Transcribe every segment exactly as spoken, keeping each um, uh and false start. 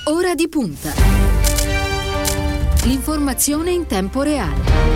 Ora di punta. L'informazione in tempo reale.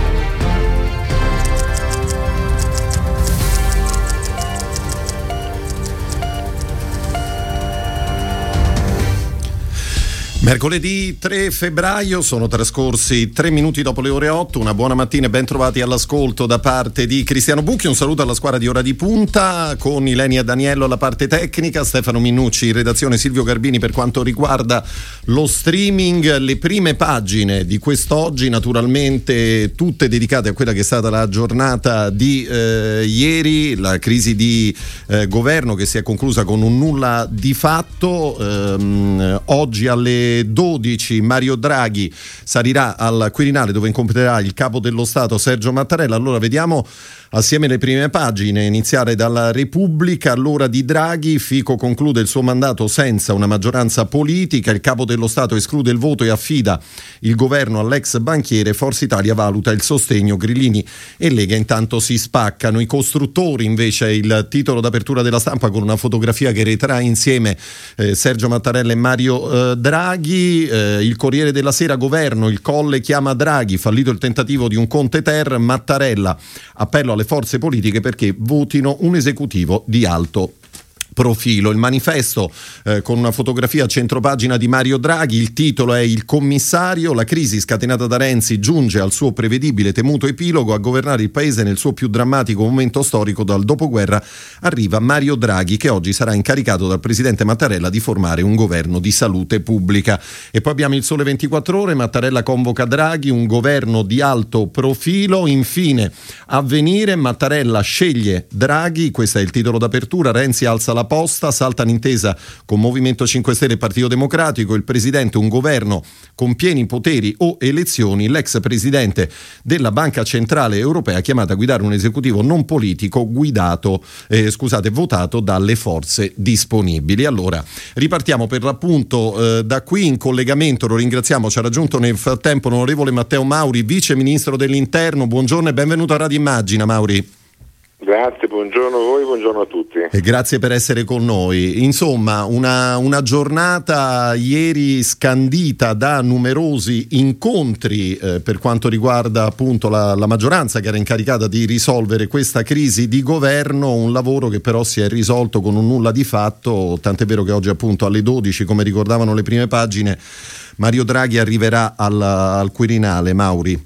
Mercoledì tre febbraio, sono trascorsi tre minuti dopo le ore otto. Una buona mattina e ben trovati all'ascolto da parte di Cristiano Bucchi. Un saluto alla squadra di Ora di Punta con Ilenia Daniello alla parte tecnica, Stefano Minnucci in redazione, Silvio Garbini per quanto riguarda lo streaming. Le prime pagine di quest'oggi, naturalmente tutte dedicate a quella che è stata la giornata di eh, ieri, la crisi di eh, governo che si è conclusa con un nulla di fatto. Ehm, oggi alle dodici Mario Draghi salirà al Quirinale dove incontrerà il capo dello Stato Sergio Mattarella. Allora vediamo assieme le prime pagine, iniziare dalla Repubblica. All'ora di Draghi, Fico conclude il suo mandato senza una maggioranza politica, il capo dello Stato esclude il voto e affida il governo all'ex banchiere, Forza Italia valuta il sostegno, Grillini e Lega intanto si spaccano. I costruttori invece è il titolo d'apertura della Stampa con una fotografia che ritrae insieme eh, Sergio Mattarella e Mario eh, Draghi. Eh, il Corriere della Sera, governo, il Colle chiama Draghi, fallito il tentativo di un Conte Ter, Mattarella, appello alle forze politiche perché votino un esecutivo di alto profilo. Il Manifesto eh, con una fotografia a centropagina di Mario Draghi, il titolo è Il commissario, la crisi scatenata da Renzi giunge al suo prevedibile temuto epilogo, a governare il paese nel suo più drammatico momento storico dal dopoguerra arriva Mario Draghi, che oggi sarà incaricato dal presidente Mattarella di formare un governo di salute pubblica. E poi abbiamo il Sole ventiquattro Ore, Mattarella convoca Draghi, un governo di alto profilo. Infine Avvenire, Mattarella sceglie Draghi, questo è il titolo d'apertura, Renzi alza la posta, salta l'intesa con Movimento cinque Stelle e Partito Democratico, il presidente un governo con pieni poteri o elezioni, l'ex presidente della Banca Centrale Europea chiamata a guidare un esecutivo non politico guidato, eh, scusate, votato dalle forze disponibili. Allora, ripartiamo per l'appunto eh, da qui in collegamento, lo ringraziamo, ci ha raggiunto nel frattempo l'onorevole Matteo Mauri, vice ministro dell'Interno. Buongiorno e benvenuto a Radio Immagina, Mauri. Grazie, buongiorno a voi, buongiorno a tutti. E grazie per essere con noi. Insomma, una, una giornata ieri scandita da numerosi incontri eh, per quanto riguarda appunto la, la maggioranza che era incaricata di risolvere questa crisi di governo, un lavoro che però si è risolto con un nulla di fatto, tant'è vero che oggi appunto alle dodici, come ricordavano le prime pagine, Mario Draghi arriverà al, al Quirinale. Mauri.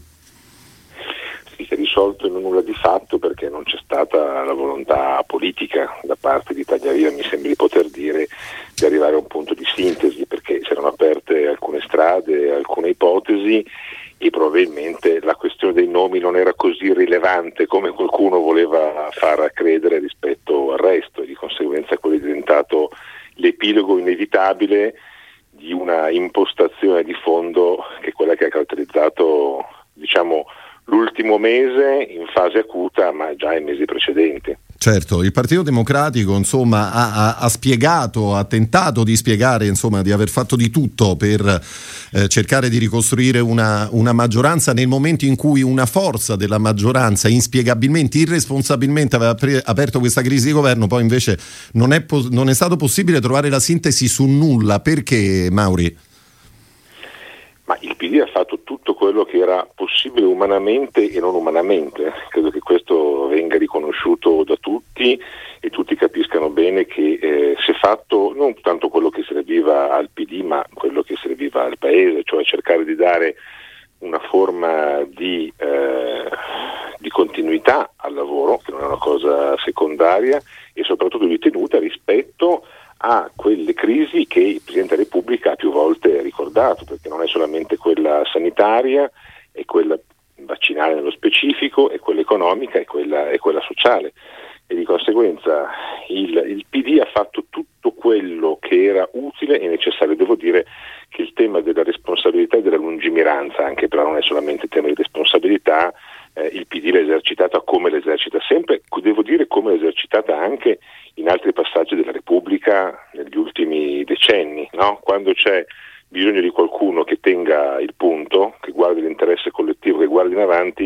Si è risolto in un nulla di fatto perché non c'è stata la volontà politica da parte di Italia Viva, mi sembra di poter dire, di arrivare a un punto di sintesi, perché si erano aperte alcune strade, alcune ipotesi e probabilmente la questione dei nomi non era così rilevante come qualcuno voleva far credere rispetto al resto, e di conseguenza quello è diventato l'epilogo inevitabile di una impostazione di fondo che è quella che ha caratterizzato, diciamo, l'ultimo mese in fase acuta, ma già i mesi precedenti. Certo, il Partito Democratico insomma ha, ha, ha spiegato, ha tentato di spiegare insomma di aver fatto di tutto per eh, cercare di ricostruire una, una maggioranza nel momento in cui una forza della maggioranza inspiegabilmente, irresponsabilmente aveva pre- aperto questa crisi di governo. Poi invece non è, pos- non è stato possibile trovare la sintesi su nulla. Perché, Mauri? Ma il P D ha fatto tutto quello che era possibile umanamente e non umanamente. Credo che questo venga riconosciuto da tutti e tutti capiscano bene che eh, si è fatto non tanto quello che serviva al P D, ma quello che serviva al Paese, cioè cercare di dare una forma di, eh, di continuità al lavoro, che non è una cosa secondaria, e soprattutto di tenuta rispetto a quelle crisi che il Presidente della Repubblica ha più volte ricordato, perché non è solamente quella sanitaria, è quella vaccinale nello specifico, è quella economica, è quella, è quella sociale, e di conseguenza il, il P D ha fatto tutto quello che era utile e necessario. Devo dire che il tema della responsabilità e della lungimiranza, anche però non è solamente il tema di responsabilità, eh, il P D l'ha esercitata come l'esercita sempre, devo dire come l'ha esercitata anche in altri passaggi della Repubblica negli ultimi decenni, no? Quando c'è bisogno di qualcuno che tenga il punto, che guardi l'interesse collettivo, che guardi in avanti,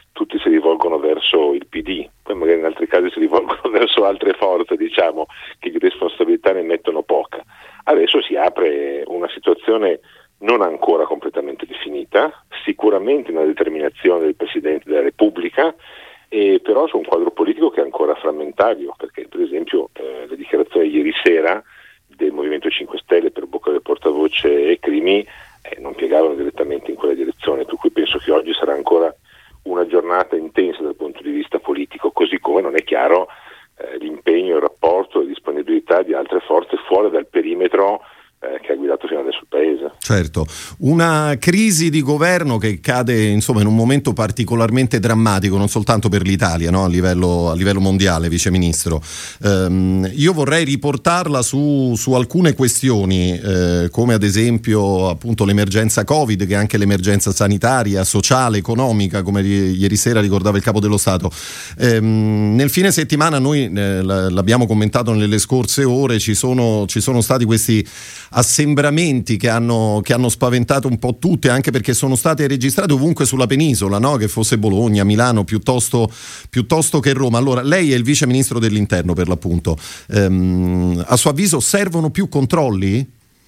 tutti si rivolgono verso il P D, poi magari in altri casi si rivolgono verso altre forze, diciamo, che di responsabilità ne mettono poca. Adesso si apre una situazione non ancora completamente definita, sicuramente una determinazione del Presidente della Repubblica, eh, però su un quadro politico che è ancora frammentario, perché per esempio eh, le dichiarazioni ieri sera del Movimento cinque Stelle per bocca del portavoce Crimi eh, non piegavano direttamente in quella direzione, per cui penso che oggi sarà ancora una giornata intensa dal punto di vista politico, così come non è chiaro eh, l'impegno, il rapporto, la disponibilità di altre forze fuori dal perimetro eh, che ha guidato fino adesso il Paese. Certo, una crisi di governo che cade insomma in un momento particolarmente drammatico, non soltanto per l'Italia, no? a livello, a livello mondiale, Vice Ministro. Ehm, io vorrei riportarla su, su alcune questioni, eh, come ad esempio appunto l'emergenza Covid, che è anche l'emergenza sanitaria, sociale, economica, come ieri sera ricordava il Capo dello Stato. Ehm, nel fine settimana noi eh, l'abbiamo commentato nelle scorse ore, ci sono, ci sono stati questi assembramenti che hanno, che hanno spaventato un po' tutti, anche perché sono state registrate ovunque sulla penisola, no? Che fosse Bologna, Milano, piuttosto, piuttosto che Roma. Allora, lei è il Vice Ministro dell'Interno per l'appunto. Ehm, a suo avviso servono più controlli?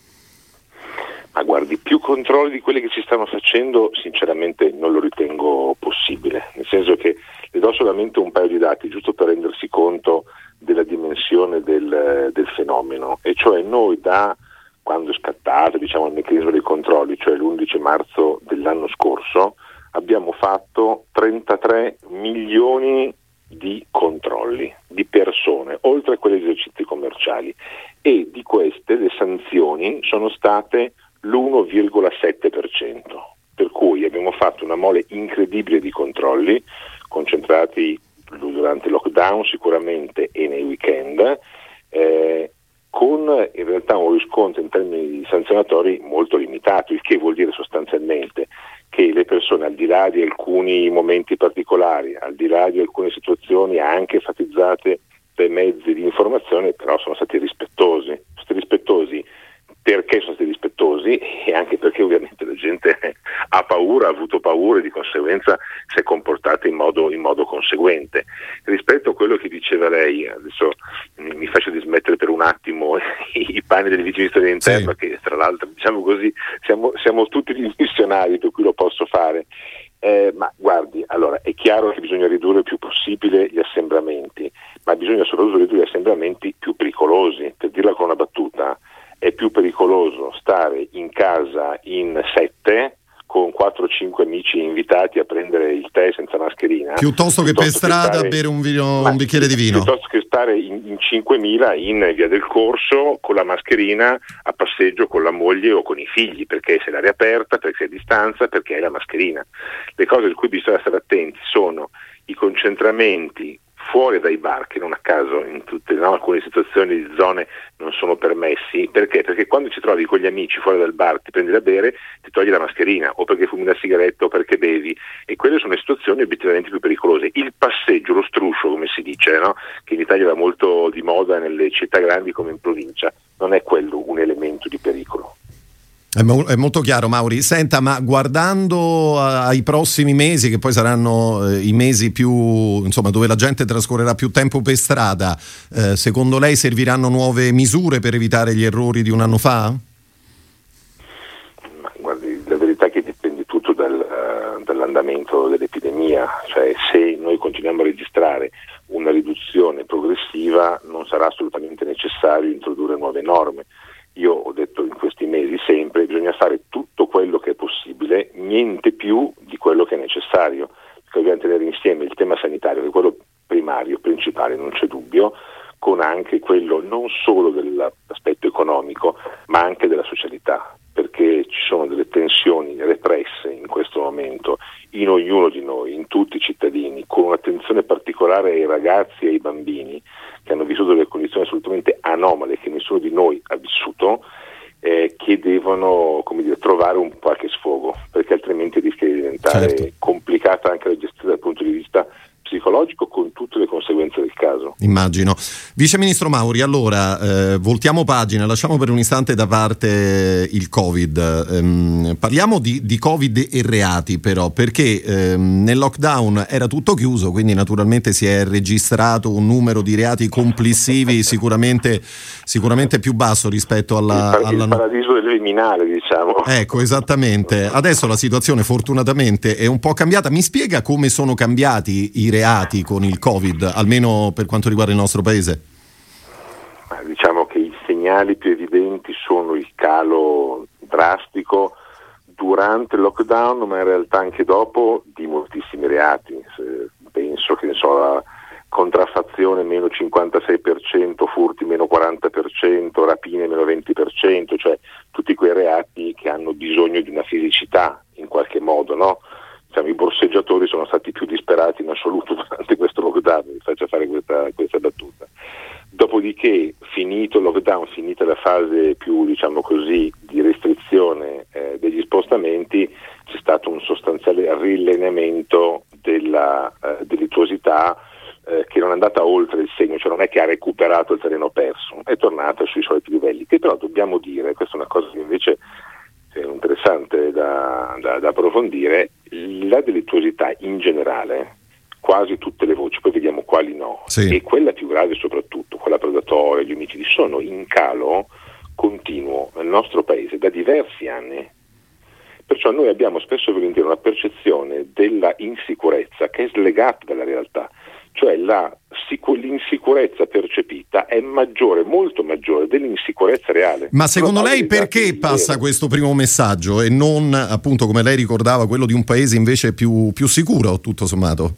Ma guardi, più controlli di quelli che si stanno facendo sinceramente non lo ritengo possibile, nel senso che le do solamente un paio di dati giusto per rendersi conto della dimensione del, del fenomeno, e cioè noi da quando è scattato diciamo il meccanismo dei controlli, cioè l'undici marzo dell'anno scorso, abbiamo fatto trentatré milioni di controlli di persone, oltre a quelli di esercizi commerciali, e di queste le sanzioni sono state l'uno virgola sette per cento, per cui abbiamo fatto una mole incredibile di controlli concentrati durante il lockdown sicuramente e nei weekend, eh, con in realtà un riscontro in termini sanzionatori molto limitato, il che vuol dire sostanzialmente che le persone, al di là di alcuni momenti particolari, al di là di alcune situazioni anche enfatizzate dai mezzi di informazione, però sono stati rispettosi, sono stati rispettosi perché sono stati rispettosi e anche perché ovviamente la gente ha paura, ha avuto paura e di conseguenza si è comportata in modo, in modo conseguente. Rispetto a quello che diceva lei, adesso mi faccio dismettere per un attimo i panni del Vice Ministro dell'Interno, sì, che tra l'altro diciamo così siamo, siamo tutti dimissionari, per cui lo posso fare. Eh, ma guardi, allora è chiaro che bisogna ridurre il più possibile gli assembramenti, ma bisogna soprattutto ridurre gli assembramenti più pericolosi. Per dirla con una battuta, è più pericoloso stare in casa in sette con quattro o cinque amici invitati a prendere il tè senza mascherina, piuttosto che piuttosto per strada che stare, a bere un, vino, un bicchiere di vino, piuttosto che stare in, in cinquemila in Via del Corso con la mascherina a passeggio con la moglie o con i figli, perché sei l'aria aperta, perché sei a distanza, perché hai la mascherina. Le cose di cui bisogna stare attenti sono i concentramenti fuori dai bar, che non a caso in tutte no, alcune situazioni di zone non sono permessi. Perché? Perché quando ci trovi con gli amici fuori dal bar, ti prendi da bere, ti togli la mascherina, o perché fumi una sigaretta o perché bevi, e quelle sono le situazioni obiettivamente più pericolose. Il passeggio, lo struscio come si dice, no? Che in Italia va molto di moda nelle città grandi come in provincia, non è quello un elemento di pericolo. È, mo- è molto chiaro, Mauri. Senta, ma guardando ai prossimi mesi, che poi saranno eh, i mesi più, insomma, dove la gente trascorrerà più tempo per strada, eh, secondo lei serviranno nuove misure per evitare gli errori di un anno fa? Ma guardi, la verità è che dipende tutto dal, uh, dall'andamento dell'epidemia, cioè se noi continuiamo a registrare una riduzione progressiva non sarà assolutamente necessario introdurre nuove norme. Io ho detto in questi mesi sempre bisogna fare tutto quello che è possibile, niente più di quello che è necessario, perché dobbiamo tenere insieme il tema sanitario, che è quello primario, principale, non c'è dubbio, con anche quello non solo dell'aspetto economico, ma anche della socialità, perché ci sono delle tensioni represse in questo momento in ognuno di noi, in tutti i cittadini, con un'attenzione particolare ai ragazzi e ai bambini che hanno vissuto delle condizioni assolutamente anomale che nessuno di noi ha vissuto, eh, che devono, come dire, trovare un qualche sfogo, perché altrimenti rischia di diventare certo. complicata anche la gestione dal punto di vista psicologico psicologico con tutte le conseguenze del caso. Immagino. Vice Ministro Mauri, allora eh, voltiamo pagina, lasciamo per un istante da parte il Covid, ehm, parliamo di, di Covid e reati però, perché ehm, nel lockdown era tutto chiuso, quindi naturalmente si è registrato un numero di reati complessivi sicuramente, sicuramente più basso rispetto alla... Il, par- alla... il paradiso del criminale, diciamo. Ecco, esattamente. Adesso la situazione fortunatamente è un po' cambiata. Mi spiega come sono cambiati i reati con il Covid, almeno per quanto riguarda il nostro paese? Diciamo che i segnali più evidenti sono il calo drastico durante il lockdown, ma in realtà anche dopo, di moltissimi reati. Penso che ne so, la contraffazione meno cinquantasei per cento, furti meno quaranta per cento, rapine meno venti per cento, cioè tutti quei reati che hanno bisogno di una fisicità in qualche modo, no? Diciamo, i borseggiatori sono stati più disperati in assoluto durante questo lockdown, vi faccio fare questa, questa battuta. Dopodiché, finito il lockdown, finita la fase più, diciamo così, di restrizione eh, degli spostamenti, c'è stato un sostanziale riallineamento della eh, delittuosità eh, che non è andata oltre il segno, cioè non è che ha recuperato il terreno perso, è tornata sui soliti livelli, che però dobbiamo dire, questa è una cosa che invece è interessante da, da, da approfondire, la delittuosità in generale, quasi tutte le voci, poi vediamo quali no, sì. E quella più grave soprattutto, quella predatoria, gli omicidi, sono in calo continuo nel nostro paese da diversi anni. Perciò noi abbiamo spesso e volentieri una percezione della insicurezza che è slegata dalla realtà, cioè la sicu- l'insicurezza percepita è maggiore, molto maggiore dell'insicurezza reale. Ma secondo lei perché passa questo primo messaggio e non, appunto, come lei ricordava, quello di un paese invece più, più sicuro, tutto sommato?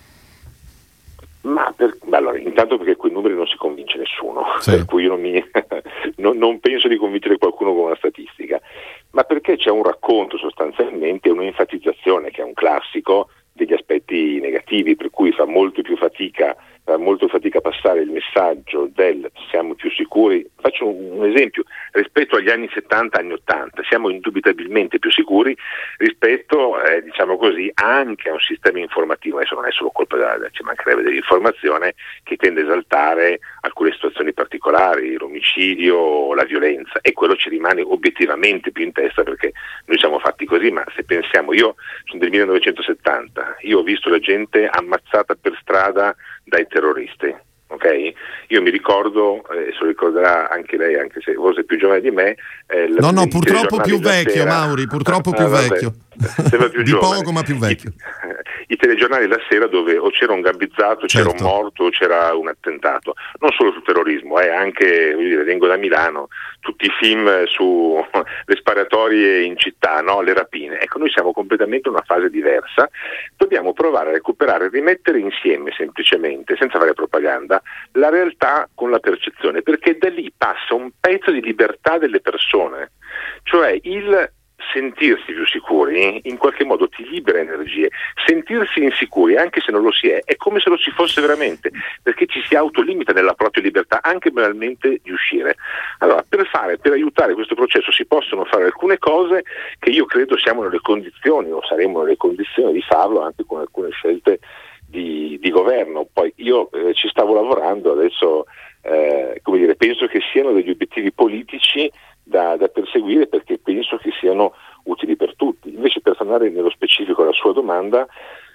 Ma per, allora, intanto perché quei numeri non si convince nessuno, sì. Per cui io non, mi, non, non penso di convincere qualcuno con una statistica, ma perché c'è un racconto sostanzialmente, un'enfatizzazione che è un classico degli aspetti negativi, per cui fa molto più fatica, fa molto fatica a passare il messaggio del siamo più sicuri. Faccio un, un esempio, rispetto agli anni settanta, anni ottanta, siamo indubitabilmente più sicuri rispetto, eh, diciamo così, anche a un sistema informativo. Adesso non è solo colpa della, ci mancherebbe dell'informazione, che tende a esaltare alcune situazioni particolari, l'omicidio, la violenza, e quello ci rimane obiettivamente più in testa perché noi siamo fatti così. Ma se pensiamo, io sono del millenovecentosettanta, io ho visto la gente ammazzata per strada dai terroristi, ok? Io mi ricordo, eh, se lo ricorderà anche lei, anche se forse è più giovane di me, eh, no no purtroppo più vecchio sera. Mauri, purtroppo più ah, vecchio più di giovane. Poco ma più vecchio. I, i telegiornali la sera dove o c'era un gambizzato, certo. C'era un morto, o c'era un attentato, non solo sul terrorismo, eh, anche, voglio dire, vengo da Milano, tutti i film su le sparatorie in città, no? Le rapine. Ecco, noi siamo completamente in una fase diversa, dobbiamo provare a recuperare, rimettere insieme semplicemente, senza fare propaganda, la realtà con la percezione, perché da lì passa un pezzo di libertà delle persone, cioè il sentirsi più sicuri in qualche modo ti libera energie. Sentirsi insicuri, anche se non lo si è, è come se lo si fosse veramente, perché ci si autolimita nella propria libertà, anche banalmente di uscire. Allora, per fare, per aiutare questo processo si possono fare alcune cose che io credo siamo nelle condizioni, o saremo nelle condizioni di farlo anche con alcune scelte di, di governo. Poi io eh, ci stavo lavorando adesso, eh, come dire, penso che siano degli obiettivi politici Da, da perseguire, perché penso che siano utili per tutti. Invece, per tornare nello specifico alla sua domanda,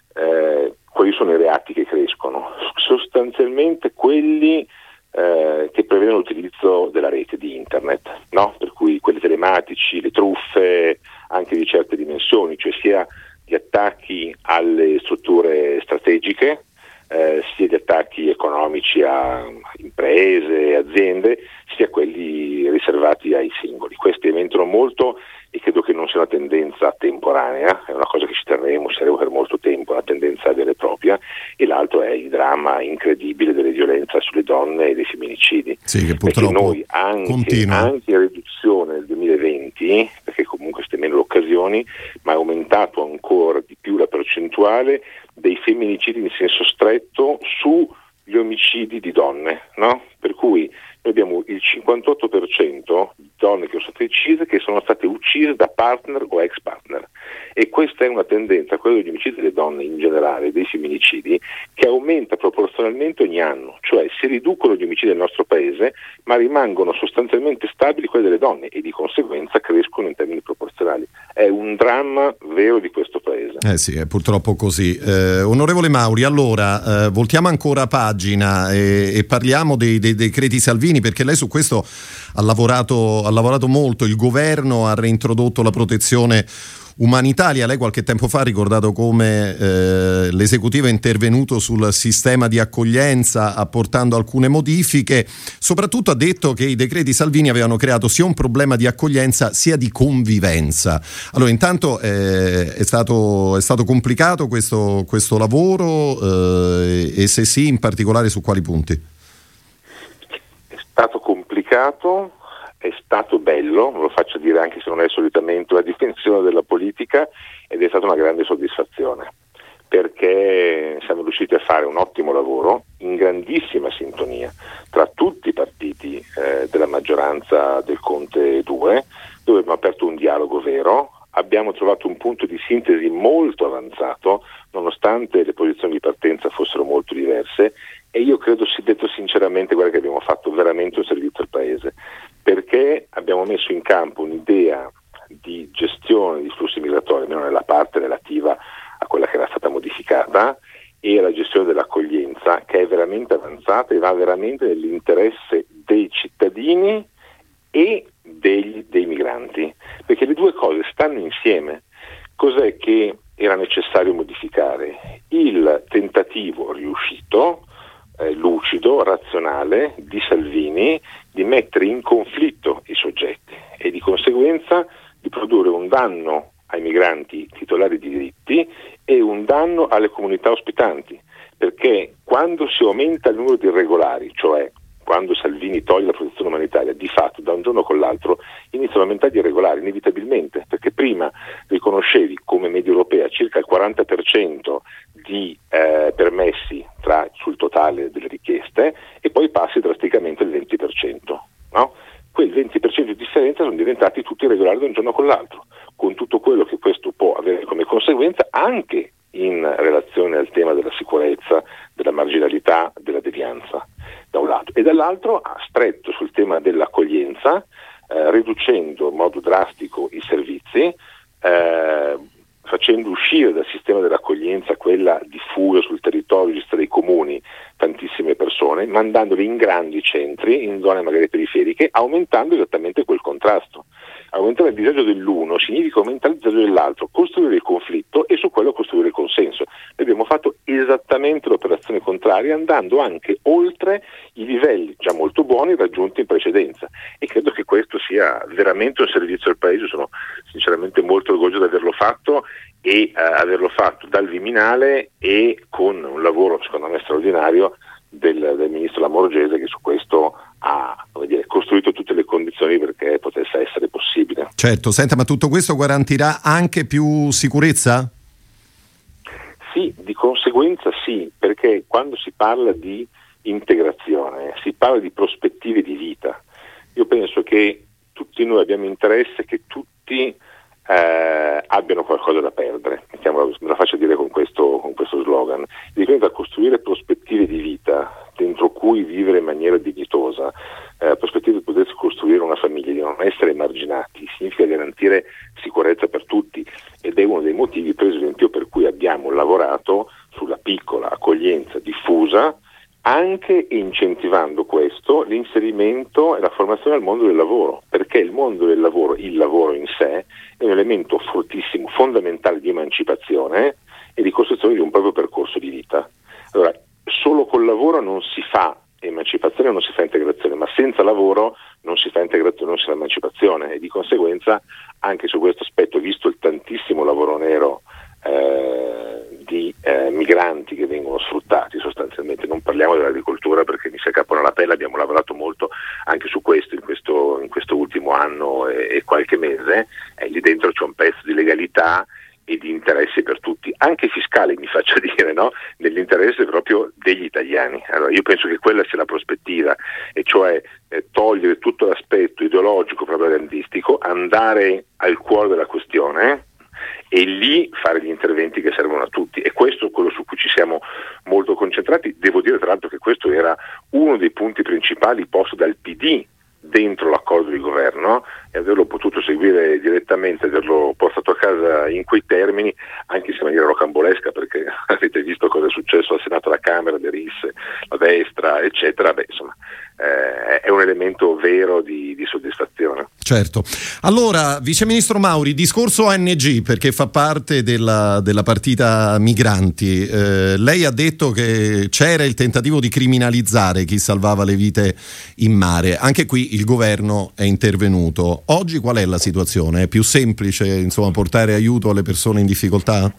eh, quali sono i reati che crescono? Sostanzialmente quelli eh, che prevedono l'utilizzo della rete di internet, no? Per cui quelli telematici, le truffe anche di certe dimensioni, cioè sia gli attacchi alle strutture strategiche, Eh, sia gli attacchi economici a imprese, aziende, sia quelli riservati ai singoli. Questi aumentano molto e credo che non sia una tendenza temporanea, è una cosa che ci terremo, saremo per molto tempo, una tendenza vera e propria. E l'altro è il dramma incredibile delle violenze sulle donne e dei femminicidi. Sì, che purtroppo perché noi anche, anche in riduzione nel duemilaventi, perché comunque queste meno le occasioni, ma è aumentato ancora di più la percentuale dei femminicidi in senso stretto sugli omicidi di donne, no? Per cui noi abbiamo il cinquantotto per cento di donne che sono state uccise che sono state uccise da partner o ex partner. e questa è una tendenza, quella degli omicidi delle donne in generale, dei femminicidi, che aumenta proporzionalmente ogni anno, cioè si riducono gli omicidi nel nostro paese ma rimangono sostanzialmente stabili quelli delle donne e di conseguenza crescono in termini proporzionali. È un dramma vero di questo paese. Eh sì, è purtroppo così. Eh, onorevole Mauri, allora eh, voltiamo ancora pagina e, e parliamo dei, dei decreti Salvini, perché lei su questo ha lavorato, ha lavorato molto. Il governo ha reintrodotto la protezione umanitaria. Lei qualche tempo fa ha ricordato come eh, l'esecutivo è intervenuto sul sistema di accoglienza apportando alcune modifiche. Soprattutto ha detto che i decreti Salvini avevano creato sia un problema di accoglienza sia di convivenza. Allora, intanto eh, è stato è stato complicato questo, questo lavoro eh, e se sì, in particolare su quali punti? È stato complicato. È stato bello, lo faccio dire anche se non è solitamente una difensione della politica, ed è stata una grande soddisfazione, perché siamo riusciti a fare un ottimo lavoro in grandissima sintonia tra tutti i partiti eh, della maggioranza del Conte due, dove abbiamo aperto un dialogo vero, abbiamo trovato un punto di sintesi molto avanzato, nonostante le posizioni di partenza fossero molto diverse, e io credo, si detto sinceramente, guarda che abbiamo fatto veramente un servizio al Paese, perché abbiamo messo in campo un'idea di gestione di flussi migratori, almeno nella parte relativa a quella che era stata modificata, e alla gestione dell'accoglienza, che è veramente avanzata e va veramente nell'interesse dei cittadini e dei, dei migranti, perché le due cose stanno insieme. Cos'è che era necessario modificare? Il tentativo riuscito, eh, lucido, razionale di Salvini di mettere in conflitto i soggetti e di conseguenza di produrre un danno ai migranti titolari di diritti e un danno alle comunità ospitanti, perché quando si aumenta il numero di irregolari, cioè quando Salvini toglie la protezione umanitaria, di fatto da un giorno con l'altro iniziano a aumentare gli irregolari inevitabilmente, perché prima riconoscevi come media europea circa il quaranta per cento di eh, permessi tra, sul totale delle richieste e poi passi drasticamente il venti per cento, no? Quel venti per cento di differenza sono diventati tutti irregolari da un giorno con l'altro, con tutto quello che questo può avere come conseguenza anche in relazione al tema della sicurezza, della marginalità, della devianza da un lato, e dall'altro ha stretto sul tema dell'accoglienza, eh, riducendo in modo drastico i servizi, eh, facendo uscire dal sistema dell'accoglienza quella diffusa sul territorio, gestita dai comuni, tantissime persone, mandandole in grandi centri, in zone magari periferiche, aumentando esattamente quel contrasto. Aumentare il disagio dell'uno significa aumentare il disagio dell'altro, costruire il conflitto e su quello costruire il consenso. Noi abbiamo fatto esattamente l'operazione contraria, andando anche oltre i livelli già molto buoni raggiunti in precedenza, e credo che questo sia veramente un servizio al Paese. Sono sinceramente molto orgoglioso di averlo fatto e uh, averlo fatto dal Viminale e con un lavoro secondo me straordinario del, del ministro Lamorgese, che su questo ha, come dire, costruito tutte le condizioni perché potesse essere possibile. Certo, senta, ma tutto questo garantirà anche più sicurezza? Sì, di conseguenza sì, perché quando si parla di integrazione si parla di prospettive di vita. Io penso che tutti noi abbiamo interesse che tutti eh, abbiano qualcosa da perdere, mettiamola, me la faccio dire con questo, con questo slogan, dipende da costruire prospettive di vita dentro cui vivere in maniera dignitosa, eh, prospettive di potersi costruire una famiglia, di non essere emarginati, significa garantire sicurezza per tutti, ed è uno dei motivi per esempio per cui abbiamo lavorato sulla piccola accoglienza diffusa, anche incentivando questo l'inserimento e la formazione al mondo del lavoro, perché il mondo del lavoro, il lavoro in sé, è un elemento fortissimo, fondamentale di emancipazione e di costruzione di un proprio percorso di vita. Allora, solo col lavoro non si fa emancipazione, non si fa integrazione, ma senza lavoro non si fa integrazione, non si fa emancipazione, e di conseguenza anche su questo aspetto, visto il tantissimo lavoro nero eh, di eh, migranti che vengono sfruttati sostanzialmente, non parliamo dell'agricoltura perché mi si accappano la pelle, abbiamo lavorato molto anche su questo in questo, in questo ultimo anno e, e qualche mese, e lì dentro c'è un pezzo di legalità e di interesse per tutti, anche fiscale mi faccio dire, no? Nell'interesse proprio degli italiani. Allora io penso che quella sia la prospettiva, e cioè eh, togliere tutto l'aspetto ideologico, propagandistico, andare al cuore della questione e lì fare gli interventi che servono a tutti, e questo è quello su cui ci siamo molto concentrati. Devo dire tra l'altro che questo era uno dei punti principali posto dal P D dentro l'accordo di governo, e averlo potuto seguire direttamente, averlo portato a casa in quei termini, anche se in maniera rocambolesca, perché avete visto cosa è successo al Senato, alla Camera, le risse, la destra, eccetera. Beh, insomma, eh, è un elemento vero di, di soddisfazione. Certo. Allora, Vice Ministro Mauri, discorso O N G, perché fa parte della, della partita migranti. Eh, lei ha detto che c'era il tentativo di criminalizzare chi salvava le vite in mare. Anche qui il governo è intervenuto. Oggi qual è la situazione? È più semplice, insomma, portare aiuto alle persone in difficoltà?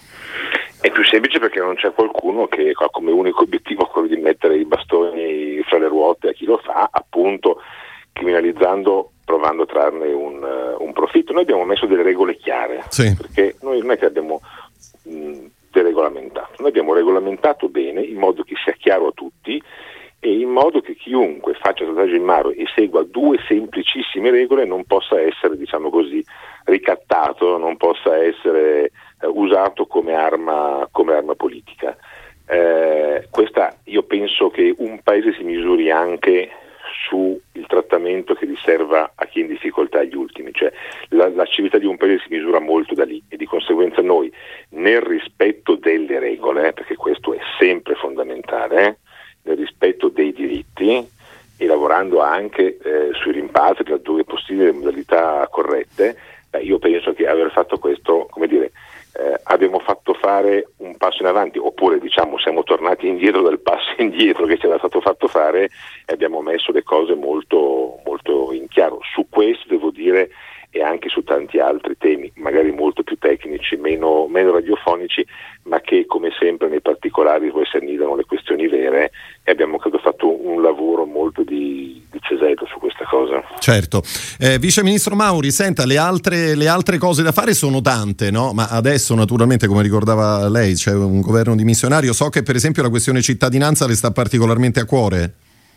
È più semplice perché non c'è qualcuno che ha come unico obiettivo quello di mettere i bastoni fra le ruote a chi lo fa, appunto criminalizzando, provando a trarne un, uh, un profitto. Noi abbiamo messo delle regole chiare, sì. Perché noi non è che abbiamo mh, deregolamentato, noi abbiamo regolamentato bene in modo che sia chiaro a tutti e in modo che chiunque faccia salvataggio in mare e segua due semplicissime regole non possa essere, diciamo così, ricattato, non possa essere eh, usato come arma, come arma politica. Eh, questa, io penso che un paese si misuri anche su il trattamento che riserva a chi è in difficoltà agli ultimi, cioè la, la civiltà di un paese si misura molto da lì, e di conseguenza noi, nel rispetto delle regole, perché questo è sempre fondamentale, eh, nel rispetto dei diritti e lavorando anche eh, sui rimpatri laddove è possibile, le modalità corrette, beh, io penso che aver fatto questo, come dire, eh, abbiamo fatto fare un passo in avanti, oppure diciamo siamo tornati indietro dal passo indietro che ci era stato fatto fare, e abbiamo messo le cose molto, molto in chiaro. Su questo devo dire, e anche su tanti altri temi, magari molto più tecnici, meno, meno radiofonici, ma che come sempre nei particolari poi si annidano le questioni vere, e abbiamo credo fatto un lavoro molto di, di cesello su questa cosa. Certo. Eh, Vice Ministro Mauri, senta, le altre, le altre cose da fare sono tante, no? Ma adesso naturalmente, come ricordava lei, c'è un governo dimissionario. So che per esempio la questione cittadinanza le sta particolarmente a cuore.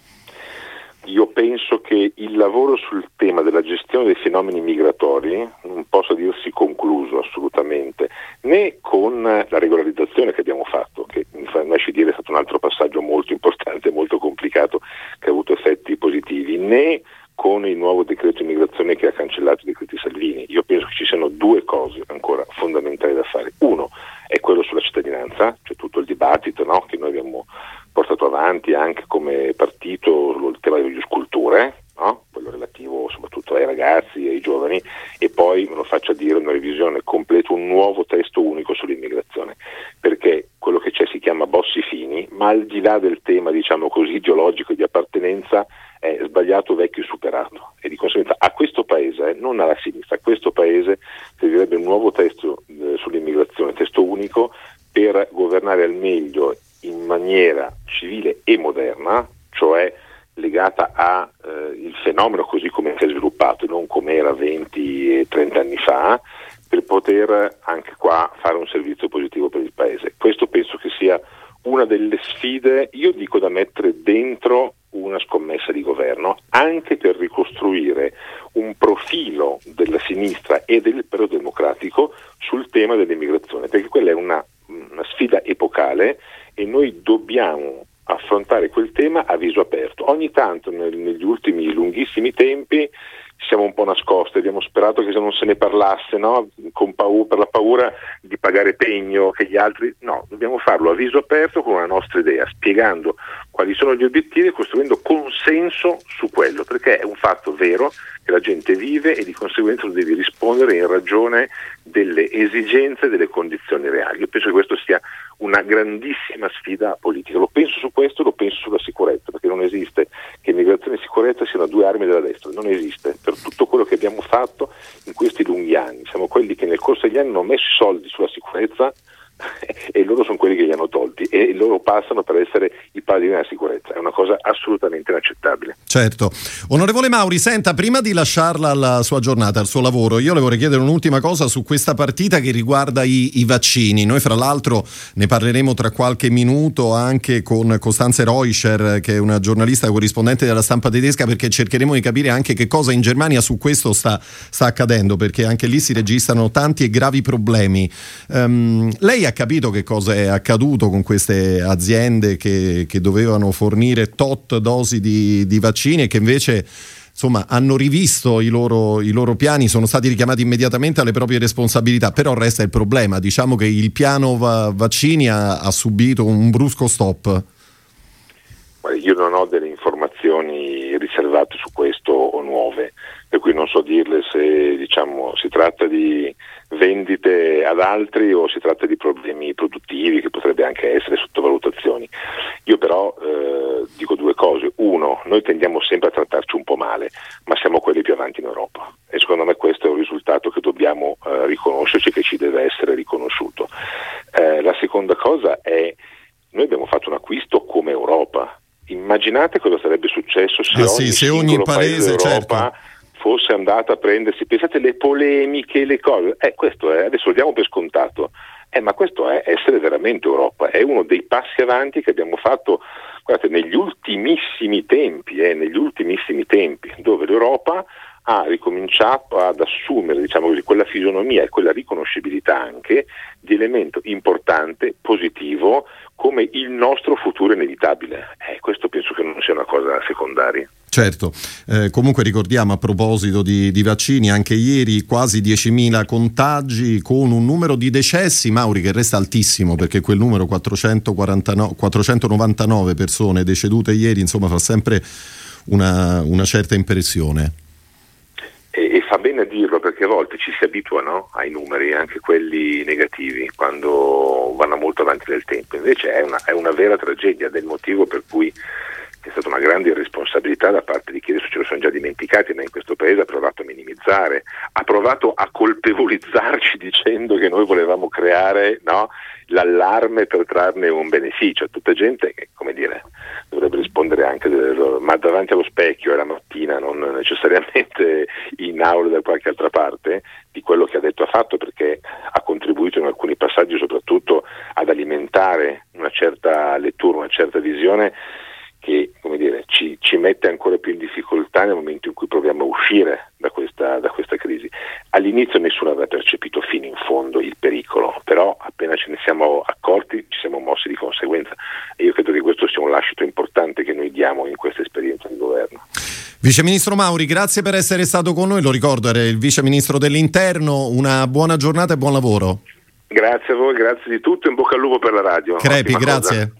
Io penso che il lavoro sul tema della gestione dei fenomeni migratori non possa dirsi concluso assolutamente, né con la regolarizzazione che abbiamo fatto, che mi fa nasce dire è stato un altro passaggio molto importante, molto complicato, che ha avuto effetti positivi, né con il nuovo decreto immigrazione che ha cancellato i decreti Salvini. Io penso che ci siano due cose ancora fondamentali da fare. Uno è quello sulla cittadinanza, cioè tutto il dibattito, no, che noi abbiamo portato avanti anche come partito sul tema delle giusculture, no? Quello relativo soprattutto ai ragazzi e ai giovani, e poi, me lo faccia dire, una revisione completa, un nuovo testo unico sull'immigrazione, perché quello che c'è si chiama Bossi-Fini, ma al di là del tema, diciamo così, ideologico e di appartenenza, è sbagliato, vecchio e superato, e di conseguenza a questo paese, eh, non alla sinistra, a questo paese servirebbe un nuovo testo eh, sull'immigrazione, testo unico, per governare al meglio in maniera civile e moderna, cioè legata a eh, il fenomeno così come si è sviluppato e non come era venti e trenta anni fa, per poter anche qua fare un servizio positivo per il paese. Questo penso che sia una delle sfide, io dico, da mettere dentro una scommessa di governo, anche per ricostruire un profilo della sinistra e del Partito Democratico sul tema dell'immigrazione, perché quella è una, una sfida epocale e noi dobbiamo affrontare quel tema a viso aperto. Ogni tanto nel, negli ultimi lunghissimi tempi ci siamo un po' nascosti, abbiamo sperato che non se ne parlasse, no? Con paura, per la paura di pagare pegno che gli altri, no, dobbiamo farlo a viso aperto con una nostra idea, spiegando quali sono gli obiettivi e costruendo consenso su quello, perché è un fatto vero che la gente vive e di conseguenza lo devi rispondere in ragione delle esigenze e delle condizioni reali. Io penso che questo sia una grandissima sfida politica, lo penso su questo, lo penso sulla sicurezza, perché non esiste che immigrazione e sicurezza siano due armi della destra, non esiste. Per tutto quello che abbiamo fatto in questi lunghi anni, siamo quelli che nel corso degli anni hanno messo soldi sulla sicurezza e loro sono quelli che li hanno tolti e loro passano per essere i paladini della sicurezza. È una cosa assolutamente inaccettabile. Certo. Onorevole Mauri, senta, prima di lasciarla alla sua giornata, al suo lavoro, io le vorrei chiedere un'ultima cosa su questa partita che riguarda i, i vaccini. Noi fra l'altro ne parleremo tra qualche minuto anche con Costanze Reuscher, che è una giornalista corrispondente della Stampa tedesca, perché cercheremo di capire anche che cosa in Germania su questo sta, sta accadendo, perché anche lì si registrano tanti e gravi problemi. Um, lei ha capito che cosa è accaduto con queste aziende che, che dovevano fornire tot dosi di, di vaccini e che invece insomma hanno rivisto i loro, i loro piani, sono stati richiamati immediatamente alle proprie responsabilità, però resta il problema, diciamo che il piano va- vaccini ha, ha subito un brusco stop. Io non ho delle informazioni riservate su questo o nuove, per cui non so dirle se diciamo si tratta di vendite ad altri o si tratta di problemi produttivi, che potrebbe anche essere sottovalutazioni. Io però eh, dico due cose. Uno, noi tendiamo sempre a trattarci un po' male, ma siamo quelli più avanti in Europa e secondo me questo è un risultato che dobbiamo eh, riconoscerci, che ci deve essere riconosciuto. Eh, la seconda cosa è, noi abbiamo fatto un acquisto come Europa. Immaginate cosa sarebbe successo se, ah, ogni, sì, se ogni paese, d'Europa certo, fosse andata a prendersi, pensate le polemiche, le cose, eh, questo è, adesso lo diamo per scontato, eh, ma questo è essere veramente Europa, è uno dei passi avanti che abbiamo fatto, guardate, negli ultimissimi tempi, eh, negli ultimissimi tempi, dove l'Europa ha ricominciato ad assumere, diciamo così, quella fisionomia e quella riconoscibilità anche di elemento importante, positivo, come il nostro futuro inevitabile. Eh, questo penso che non sia una cosa secondaria. Certo, eh, comunque ricordiamo a proposito di, di vaccini, anche ieri quasi diecimila contagi con un numero di decessi, Mauri, che resta altissimo, perché quel numero quattrocentoquarantanove, quattrocentonovantanove persone decedute ieri, insomma, fa sempre una, una certa impressione. E, e fa bene a dirlo, perché a volte ci si abituano ai numeri, anche quelli negativi, quando vanno molto avanti nel tempo. Invece è una, è una vera tragedia, del motivo per cui è stata una grande irresponsabilità da parte di chi adesso ce lo sono già dimenticati, ma in questo paese ha provato a minimizzare, ha provato a colpevolizzarci dicendo che noi volevamo creare, no, l'allarme per trarne un beneficio. Tutta gente che, come dire, dovrebbe rispondere anche del, ma davanti allo specchio, la mattina, non necessariamente in aula da qualche altra parte, di quello che ha detto e ha fatto, perché ha contribuito in alcuni passaggi soprattutto ad alimentare una certa lettura, una certa visione che, come dire, ci, ci mette ancora più in difficoltà nel momento in cui proviamo a uscire da questa, da questa crisi. All'inizio nessuno aveva percepito fino in fondo il pericolo, però appena ce ne siamo accorti ci siamo mossi di conseguenza, e io credo che questo sia un lascito importante che noi diamo in questa esperienza di governo. Vice Ministro Mauri, grazie per essere stato con noi, lo ricordo, era il Vice Ministro dell'Interno, una buona giornata e buon lavoro. Grazie a voi, grazie di tutto, in bocca al lupo per la radio. Crepi, Ottima grazie. Cosa.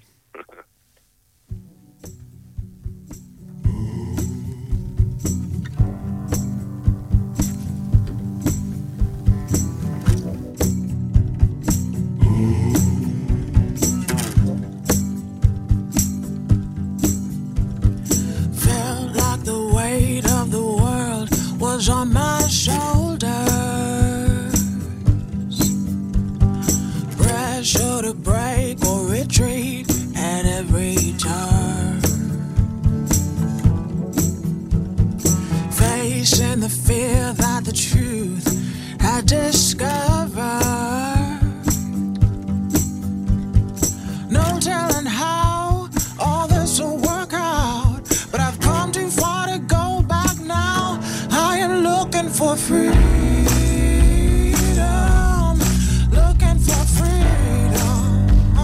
On my shoulders, pressure to break or retreat at every turn, facing the fear that the truth had discovered. No telling how all this will work out, but I've come too far to go back now. I am looking for freedom, looking for freedom,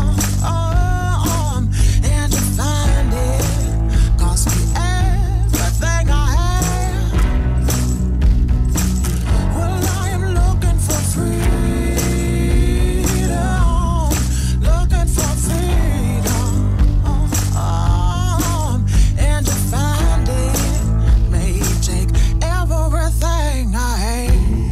um, and to find it cost me everything I have. Well, I am looking for freedom, looking for freedom, um, and to find it may take everything I hate.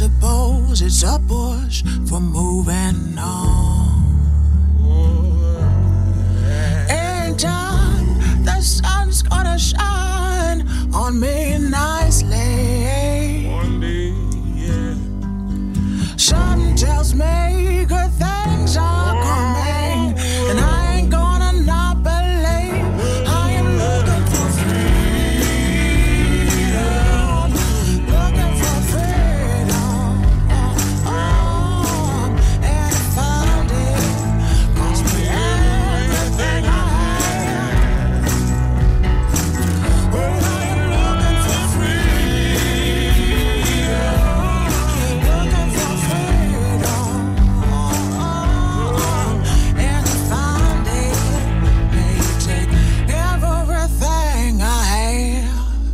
suppose it's a push for moving on. In time, the sun's gonna shine on me nicely. One day, yeah. Something tells me good things are coming, and I ain't gonna not believe. I am looking for freedom, looking for freedom, oh, oh, and I found it, cost me everything I had. Well, I am looking for freedom, looking for freedom, oh, oh, and I found it. May you take everything I have.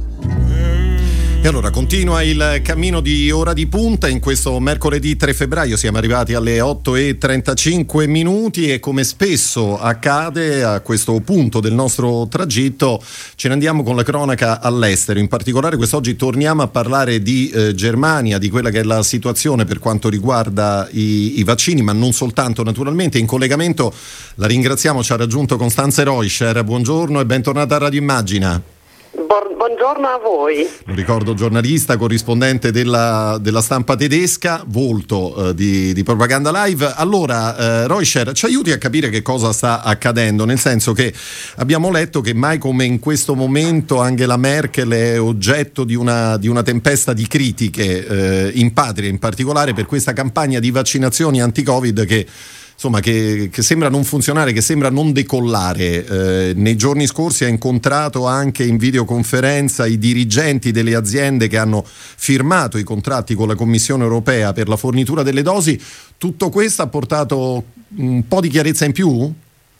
E allora continua il cammino di Ora di Punta in questo mercoledì tre febbraio. Siamo arrivati alle otto e trentacinque minuti e, come spesso accade a questo punto del nostro tragitto, ce ne andiamo con la cronaca all'estero. In particolare quest'oggi torniamo a parlare di eh, Germania, di quella che è la situazione per quanto riguarda i, i vaccini, ma non soltanto, naturalmente. In collegamento la ringraziamo, ci ha raggiunto Costanze Reuscher. Buongiorno e bentornata a Radio Immagina. Buon- buongiorno a voi. Lo ricordo, giornalista, corrispondente della, della stampa tedesca, volto eh, di, di Propaganda Live. Allora, eh, Reuscher, ci aiuti a capire che cosa sta accadendo, nel senso che abbiamo letto che mai come in questo momento Angela Merkel è oggetto di una, di una tempesta di critiche eh, in patria, in particolare per questa campagna di vaccinazioni anti-Covid che insomma che, che sembra non funzionare, che sembra non decollare. Eh, nei giorni scorsi ha incontrato anche in videoconferenza i dirigenti delle aziende che hanno firmato i contratti con la Commissione europea per la fornitura delle dosi. Tutto questo ha portato un po' di chiarezza in più?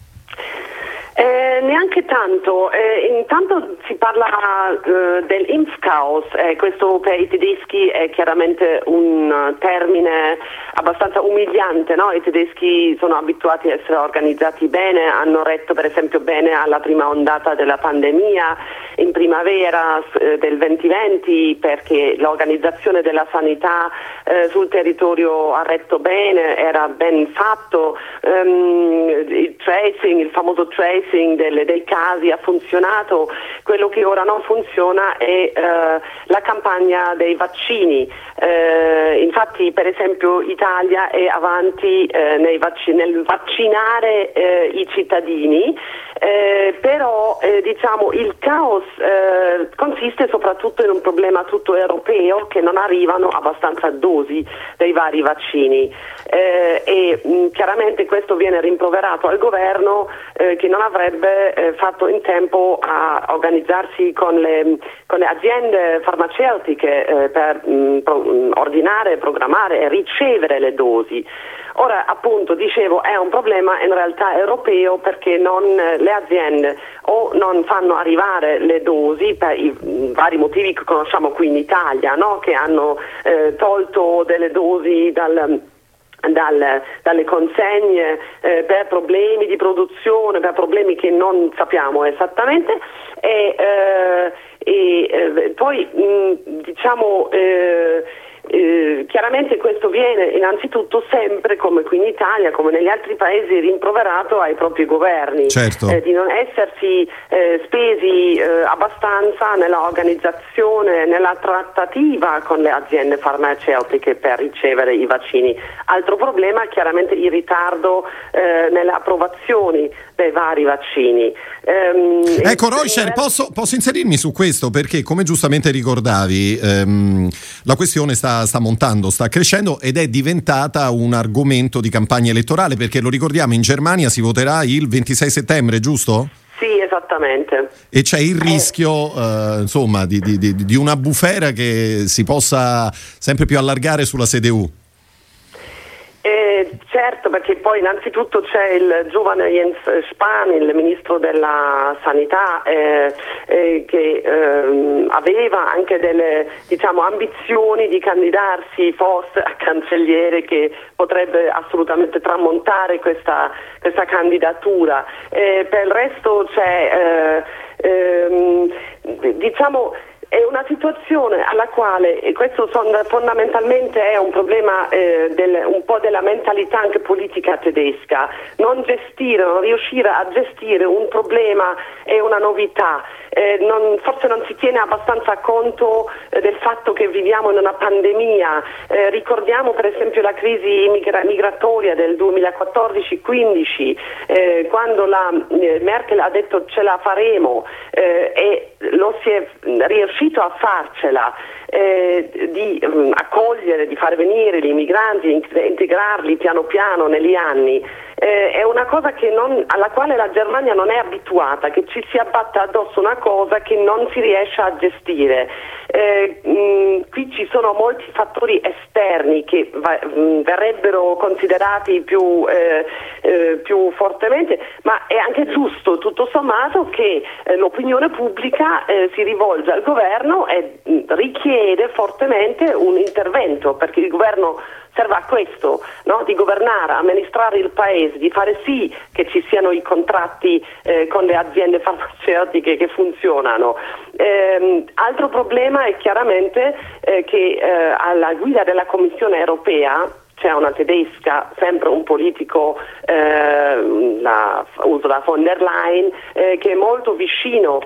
Eh, neanche tanto, eh, intanto si parla eh, dell'Impfchaos, eh, questo per i tedeschi è chiaramente un termine abbastanza umiliante, no? I tedeschi sono abituati a essere organizzati bene, hanno retto per esempio bene alla prima ondata della pandemia in primavera eh, del duemilaventi, perché l'organizzazione della sanità eh, sul territorio ha retto bene, era ben fatto, um, il tracing, il famoso tracing delle, dei casi ha funzionato. Quello che ora non funziona è eh, la campagna dei vaccini. Eh, infatti, per esempio, Italia è avanti eh, nei vac- nel vaccinare eh, i cittadini, eh, però eh, diciamo il caos eh, consiste soprattutto in un problema tutto europeo, che non arrivano abbastanza dosi dei vari vaccini, eh, e mh, chiaramente questo viene rimproverato al governo eh, che non avrebbe eh, fatto in tempo a organizzarsi con le, con le aziende farmaceutiche eh, per mh, pro- mh, ordinare, programmare e ricevere le dosi. Ora, appunto, dicevo, è un problema in realtà europeo, perché non, le aziende o non fanno arrivare le dosi per i vari motivi che conosciamo qui in Italia, no? Che hanno eh, tolto delle dosi dal... Dal, dalle consegne eh, per problemi di produzione, per problemi che non sappiamo esattamente, e, eh, e eh, poi mh, diciamo eh, eh, chiaramente questo viene innanzitutto sempre, come qui in Italia, come negli altri paesi, rimproverato ai propri governi, certo. eh, di non essersi eh, spesi eh, abbastanza nella organizzazione, nella trattativa con le aziende farmaceutiche per ricevere i vaccini. Altro problema è chiaramente il ritardo eh, nelle approvazioni dei vari vaccini. Ehm, ecco, Reuscher, posso, posso inserirmi su questo, perché come giustamente ricordavi ehm, la questione sta, sta montando, sta crescendo ed è diventata un argomento di campagna elettorale, perché lo ricordiamo, in Germania si voterà il ventisei settembre, giusto? Sì, esattamente. E c'è il rischio eh, insomma di, di, di, di una bufera che si possa sempre più allargare sulla C D U. Eh, certo, perché poi innanzitutto c'è il giovane Jens Spahn, il ministro della sanità, eh, eh, che eh, aveva anche delle, diciamo, ambizioni di candidarsi forse a cancelliere, che potrebbe assolutamente tramontare questa, questa candidatura. Eh, per il resto c'è eh, ehm, diciamo è una situazione alla quale, e questo son, fondamentalmente è un problema eh, del, un po' della mentalità anche politica tedesca, non gestire, non riuscire a gestire un problema è una novità. Eh, non, forse non si tiene abbastanza conto eh, del fatto che viviamo in una pandemia. Eh, ricordiamo per esempio la crisi migra- migratoria del duemilaquattordici quindici, eh, quando la eh, Merkel ha detto ce la faremo eh, e lo si è riuscito a farcela. Eh, di um, accogliere, di far venire gli immigranti, integrarli piano piano negli anni, eh, è una cosa che non, alla quale la Germania non è abituata, che ci si abbatta addosso una cosa che non si riesce a gestire. Eh, mh, qui ci sono molti fattori esterni che va, mh, verrebbero considerati più, eh, eh, più fortemente, ma è anche giusto tutto sommato che eh, l'opinione pubblica eh, si rivolge al governo e mh, richiede fortemente un intervento, perché il governo serve a questo, no? Di governare, amministrare il paese, di fare sì che ci siano i contratti eh, con le aziende farmaceutiche che funzionano. Eh, altro problema è chiaramente eh, che eh, alla guida della Commissione europea c'è una tedesca, sempre un politico, eh, la, uso la von der Leyen, eh, che è molto vicino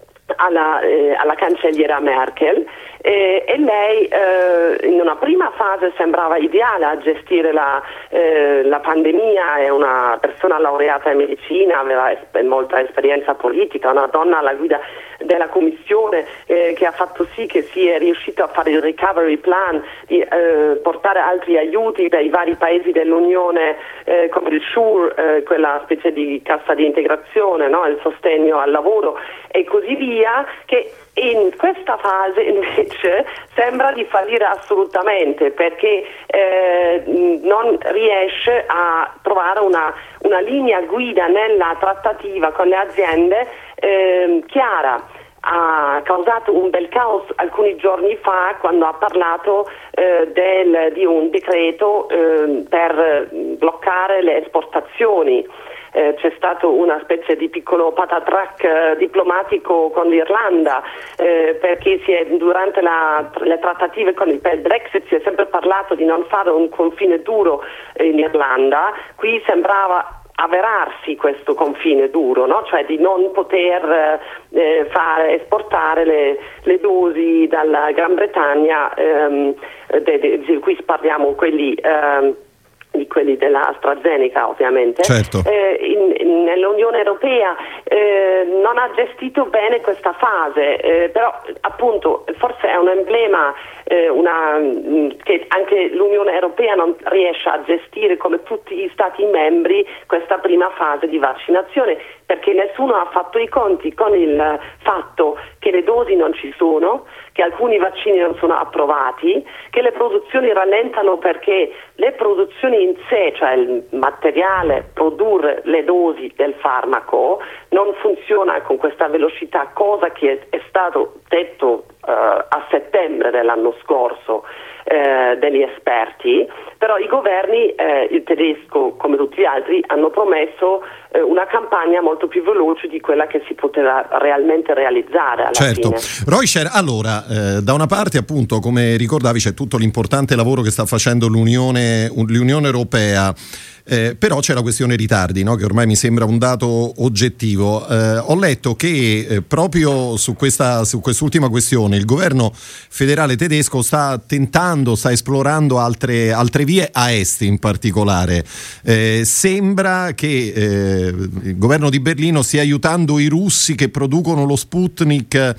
alla, eh, alla cancelliera Merkel, eh, e lei eh, in una prima fase sembrava ideale a gestire la, eh, la pandemia, è una persona laureata in medicina, aveva es- molta esperienza politica, una donna alla guida della commissione eh, che ha fatto sì che si è riuscito a fare il recovery plan, di eh, portare altri aiuti dai vari paesi dell'Unione eh, come il SURE, eh, quella specie di cassa di integrazione, no? Il sostegno al lavoro e così via, che in questa fase invece sembra di fallire assolutamente, perché eh, non riesce a trovare una, una linea guida nella trattativa con le aziende eh, chiara. Ha causato un bel caos alcuni giorni fa quando ha parlato eh, del, di un decreto eh, per bloccare le esportazioni. Eh, c'è stato una specie di piccolo patatrac eh, diplomatico con l'Irlanda, eh, perché si è, durante la, le trattative con il Brexit si è sempre parlato di non fare un confine duro in Irlanda. Qui sembrava avverarsi questo confine duro, no? Cioè di non poter eh, fare esportare le, le dosi dalla Gran Bretagna, ehm, de, de, di cui parliamo quelli ehm, di quelli della AstraZeneca ovviamente. Certo. Eh, in, in, nell'Unione Europea eh, non ha gestito bene questa fase, eh, però appunto forse è un emblema eh, una, mh, che anche l'Unione Europea non riesce a gestire come tutti gli Stati membri questa prima fase di vaccinazione, perché nessuno ha fatto i conti con il fatto che le dosi non ci sono, che alcuni vaccini non sono approvati, che le produzioni rallentano perché le produzioni in sé, cioè il materiale, produrre le dosi del farmaco, non funziona con questa velocità, cosa che è, è stato detto uh, a settembre dell'anno scorso eh, degli esperti, però i governi, eh, il tedesco come tutti gli altri, hanno promesso eh, una campagna molto più veloce di quella che si poteva realmente realizzare alla certo. fine. Reuscher, allora, eh, da una parte appunto, come ricordavi, c'è tutto l'importante lavoro che sta facendo l'Unione, l'Unione Europea. Eh, però c'è la questione ritardi, no? Che ormai mi sembra un dato oggettivo. Eh, ho letto che eh, proprio su questa su quest'ultima questione il governo federale tedesco sta tentando, sta esplorando altre, altre vie a est in particolare. Eh, sembra che eh, il governo di Berlino stia aiutando i russi che producono lo Sputnik eh,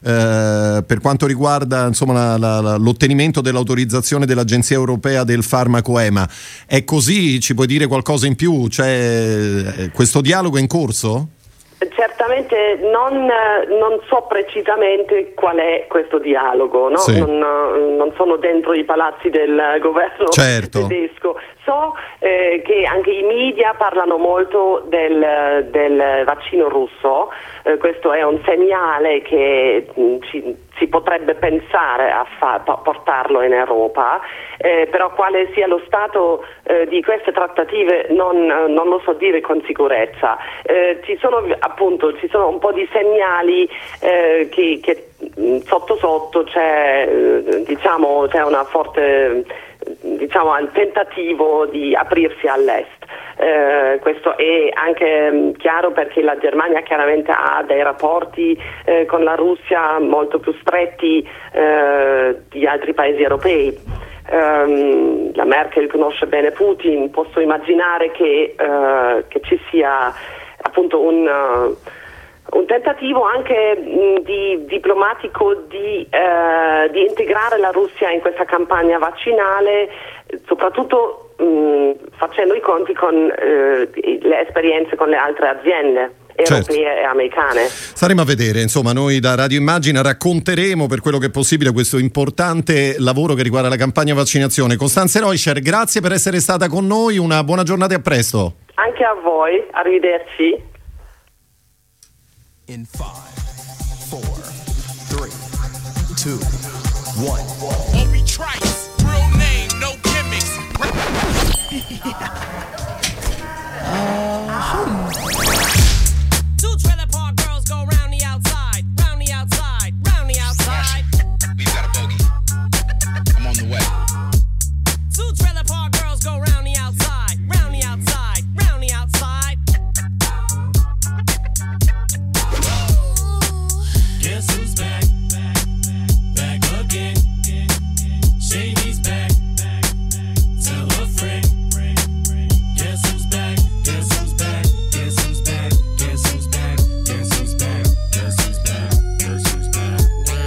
per quanto riguarda insomma la, la, l'ottenimento dell'autorizzazione dell'Agenzia Europea del Farmaco E M A. È così? Ci puoi dire qualcosa in più? C'è questo dialogo in corso? Certamente non, non so precisamente qual è questo dialogo, no? Sì. non, non sono dentro i palazzi del governo certo. tedesco. So eh, che anche i media parlano molto del, del vaccino russo, eh, questo è un segnale che mh, ci, si potrebbe pensare a fa, portarlo in Europa, eh, però quale sia lo stato eh, di queste trattative non, non lo so dire con sicurezza. Eh, ci sono appunto ci sono un po' di segnali eh, che, che sotto sotto c'è, eh, diciamo, c'è una forte, diciamo, un tentativo di aprirsi all'est. Eh, questo è anche mh, chiaro perché la Germania chiaramente ha dei rapporti eh, con la Russia molto più stretti eh, di altri paesi europei. Um, la Merkel conosce bene Putin, posso immaginare che, uh, che ci sia appunto un, uh, un tentativo anche mh, di, diplomatico di, uh, di integrare la Russia in questa campagna vaccinale, soprattutto mh, facendo i conti con uh, le esperienze con le altre aziende europee, certo, e americane. Staremo a vedere, insomma, noi da Radio Immagina racconteremo per quello che è possibile questo importante lavoro che riguarda la campagna vaccinazione. Costanze Reuscher, grazie per essere stata con noi, una buona giornata e a presto. Anche a voi, arrivederci. In five, four, three, two, one. Obi Trice, real name, no gimmicks. uh, Two trailer park girls go round the outside, round the outside, round the outside. We've got a bogey. I'm on the way. Two trailer park girls go round the outside, round the outside, round the outside. Guess who's back? Back, back again. Shady's back. Tell a friend. Guess who's back? Guess who's back? Guess who's back? Guess who's back? Guess who's back? Guess who's back? Guess who's back?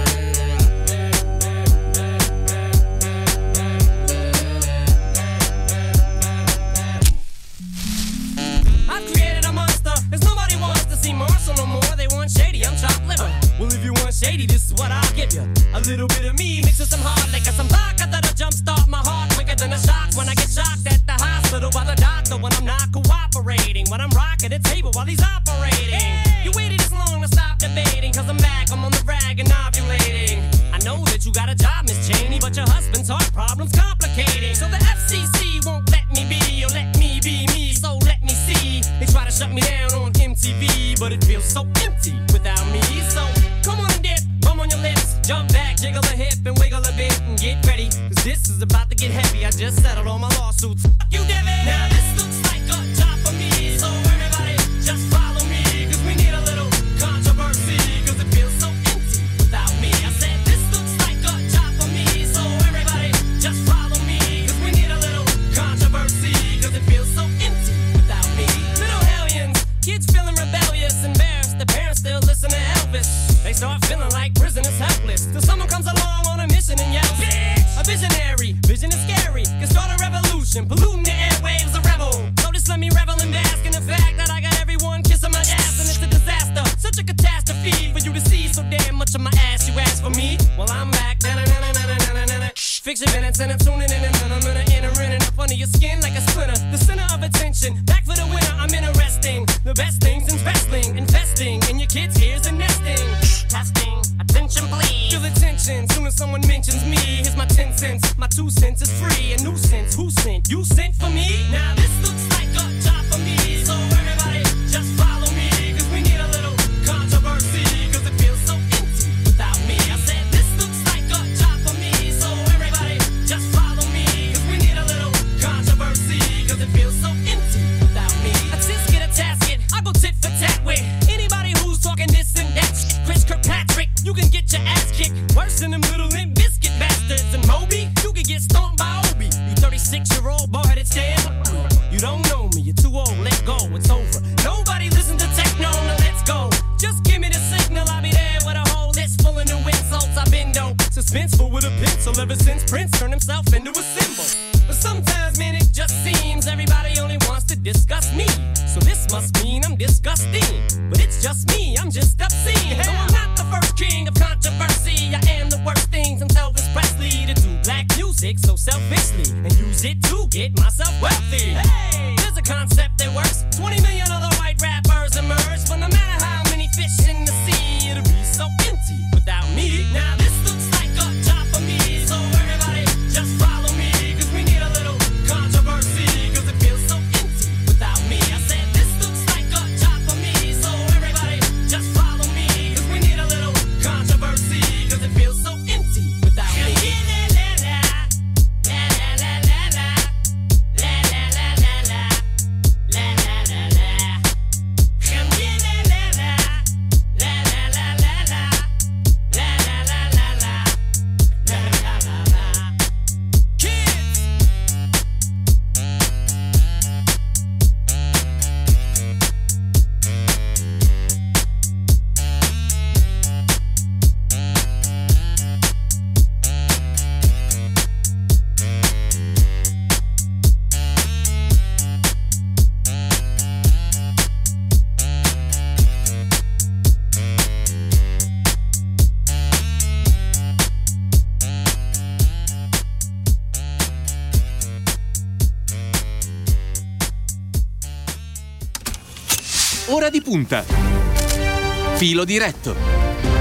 I've created a monster. There's nobody wants to see Marshall no more. They want Shady. I'm chopped liver. Well, if you want Shady, this is what I'll give you. A little bit of me mixed with some hard liquor, some vodka that'll jumpstart my heart quicker than a shock when I get shocked at the hospital by the doctor when I'm not cooperating. When I'm rocking the table while he's operating. You waited this long to stop debating, cause I'm back, I'm on the rag and ovulating. I know that you got a job, Miss Cheney, but your husband's heart problem's complicating. So the F C C won't let me be, or let me be me, so let me see. They try to shut me down on M T V, but it feels so empty without me. So come on and dip, bum on your lips, jump back, jiggle a hip and wiggle a bit and get ready, cause this is about to get heavy. I just settled all my lawsuits. Fuck you, Devin. Now this looks like a job for me, so everybody just follow me, cause we need a little controversy, cause it feels so empty without me. I said this looks like a job for me, so everybody just follow me, cause we need a little controversy, cause it feels so empty without me. Little hellions, kids feeling rebellious, embarrassed, the parents still listen to Elvis. They start feeling like prisoners helpless, till someone comes along on a mission and yells, bitch! A visionary, vision is scary, can start a revolution, polluting the airwaves, a rebel. So just let me revel and bask in the fact that I got everyone kissing my ass, and it's a disaster, such a catastrophe for you to see so damn much of my ass. You ask for me, well I'm back. Fix your minutes and I'm tuning in and I'm gonna enter in and up under your skin like a splinter. The center of attention, back for the winner. I'm interesting, the best things in wrestling, investing in your kids' ears and nesting. Testing, attention please. Feel the tension, soon as someone mentions me. Here's my ten cents, my two cents is free. A nuisance, who sent? You sent for me? Now this looks like a job for me, so everybody just follow me, cause we need a little controversy, cause it feels so empty without me. I said this looks like a job for me, so everybody just follow me, cause we need a little controversy, cause it feels so empty without me. A tisk get a tasket, I go tit for tat with anybody who's talking this and that shit. Chris Kirkpatrick, you can get your ass kicked worse than them little Limp Bizkit bastards. And Moby, you can get stomped by Obi. You thirty-six year old boy headed stand. You don't know me, you're too old, let go, it's over. Nobody listen to techno, now let's go. Just give me the signal, I'll be there with a whole list full of new insults. I've been dope, suspenseful with a pencil ever since Prince turned himself into a symbol. But sometimes, man, it just seems everybody only wants to discuss me. So this must mean I'm disgusting. But it's just me, I'm just obscene. No, I'm not the first king of controversy. I am the worst thing since Elvis Presley to do black music so selfishly and use it to get myself wealthy. Hey, there's a concept that works. twenty million other white rappers emerge, but no matter how many fish in the sea, it'll be so empty without me. Now this looks like a job for me, so everybody just follow me, cause we need a little controversy, cause it feels so empty without me. I said this looks like a job for me, so everybody just follow me, cause we need a little controversy, Ora di punta. Filo diretto.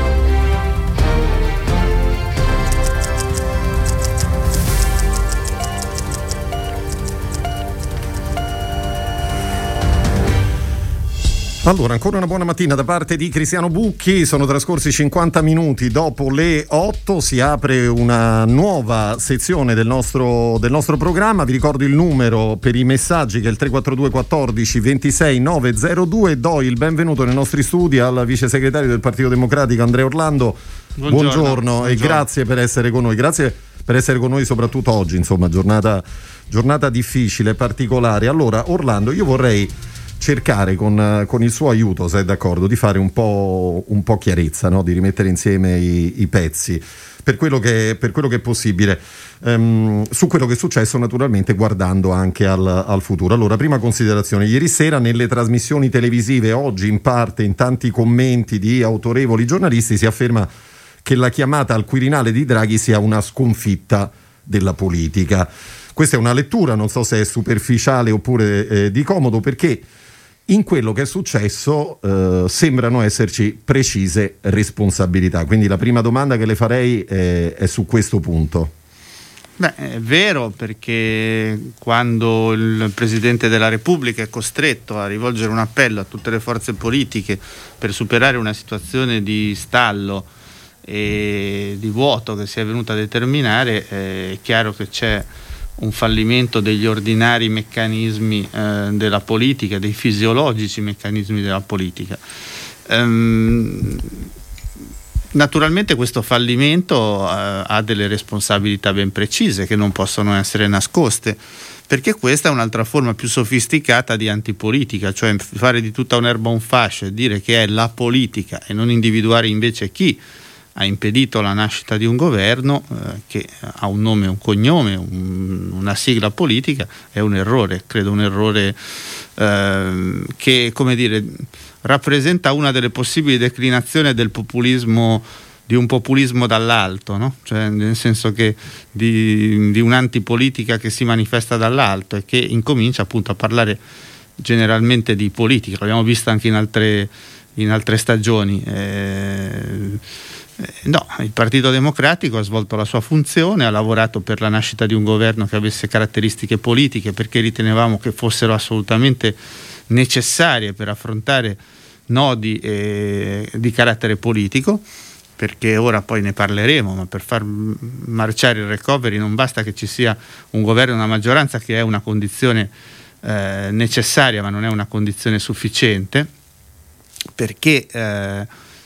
Allora, ancora una buona mattina da parte di Cristiano Bucchi, sono trascorsi cinquanta minuti dopo le otto, si apre una nuova sezione del nostro, del nostro programma, vi ricordo il numero per i messaggi che è il tre quattro due quattordici ventisei novecentodue, do il benvenuto nei nostri studi al vice segretario del Partito Democratico Andrea Orlando, buongiorno, buongiorno, buongiorno. E grazie per essere con noi, grazie per essere con noi soprattutto oggi, insomma giornata, giornata difficile, particolare. Allora Orlando, io vorrei cercare con, con il suo aiuto, se è d'accordo, di fare un po', un po' chiarezza, no? Di rimettere insieme i, i pezzi per quello che, per quello che è possibile, um, su quello che è successo, naturalmente guardando anche al, al futuro. Allora, prima considerazione: ieri sera nelle trasmissioni televisive, oggi in parte in tanti commenti di autorevoli giornalisti, si afferma che la chiamata al Quirinale di Draghi sia una sconfitta della politica. Questa è una lettura, non so se è superficiale oppure eh, di comodo, perché in quello che è successo eh, sembrano esserci precise responsabilità. Quindi la prima domanda che le farei è, è su questo punto. Beh, è vero, perché quando il Presidente della Repubblica è costretto a rivolgere un appello a tutte le forze politiche per superare una situazione di stallo e di vuoto che si è venuta a determinare, è chiaro che c'è un fallimento degli ordinari meccanismi eh, della politica, dei fisiologici meccanismi della politica. Ehm, naturalmente questo fallimento eh, ha delle responsabilità ben precise che non possono essere nascoste, perché questa è un'altra forma più sofisticata di antipolitica, cioè fare di tutta un'erba un fascio e dire che è la politica e non individuare invece chi ha impedito la nascita di un governo eh, che ha un nome e un cognome, un, una sigla politica, è un errore, credo un errore eh, che, come dire, rappresenta una delle possibili declinazioni del populismo, di un populismo dall'alto, no? Cioè, nel senso che di, di un'antipolitica che si manifesta dall'alto e che incomincia appunto a parlare generalmente di politica. L'abbiamo visto anche in altre, in altre stagioni. Eh, No, il Partito Democratico ha svolto la sua funzione, ha lavorato per la nascita di un governo che avesse caratteristiche politiche, perché ritenevamo che fossero assolutamente necessarie per affrontare nodi eh, di carattere politico, perché ora poi ne parleremo, ma per far marciare il recovery non basta che ci sia un governo e una maggioranza, che è una condizione eh, necessaria ma non è una condizione sufficiente, perché eh,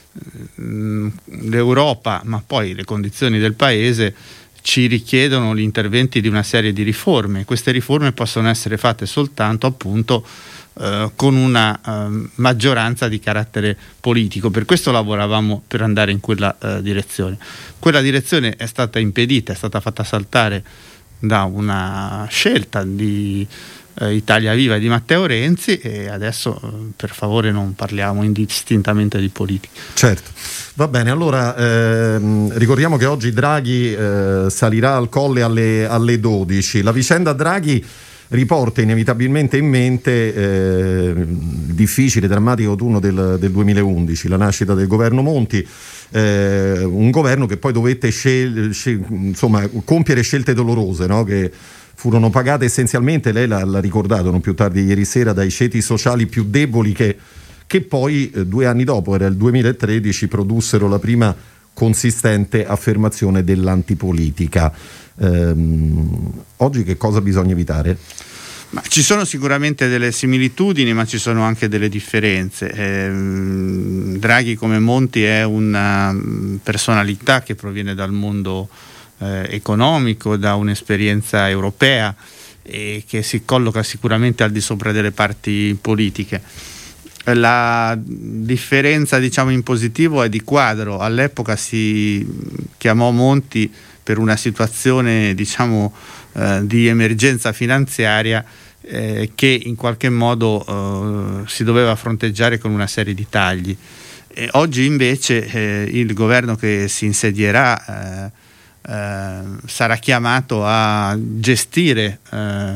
l'Europa, ma poi le condizioni del paese ci richiedono gli interventi di una serie di riforme. Queste riforme possono essere fatte soltanto appunto eh, con una eh, maggioranza di carattere politico. Per questo lavoravamo per andare in quella eh, direzione. Quella direzione è stata impedita, è stata fatta saltare da una scelta di eh, Italia Viva e di Matteo Renzi, e adesso eh, per favore non parliamo indistintamente di politica. Certo, va bene. Allora ehm, ricordiamo che oggi Draghi eh, salirà al Colle alle, alle dodici. La vicenda Draghi riporta inevitabilmente in mente eh, il difficile, drammatico autunno del, del duemilaundici, la nascita del governo Monti, eh, un governo che poi dovette scel- scel- insomma, compiere scelte dolorose, no? Che furono pagate essenzialmente, lei l'ha, l'ha ricordato non più tardi ieri sera, dai ceti sociali più deboli che, che poi eh, due anni dopo, era il duemilatredici, produssero la prima consistente affermazione dell'antipolitica. Ehm, oggi che cosa bisogna evitare? Ma ci sono sicuramente delle similitudini, ma ci sono anche delle differenze. Ehm, Draghi, come Monti, è una personalità che proviene dal mondo eh, economico, da un'esperienza europea e che si colloca sicuramente al di sopra delle parti politiche. La differenza, diciamo, in positivo è di quadro. All'epoca si chiamò Monti per una situazione, diciamo, eh, di emergenza finanziaria eh, che in qualche modo eh, si doveva fronteggiare con una serie di tagli. E oggi invece eh, il governo che si insedierà eh, eh, sarà chiamato a gestire eh,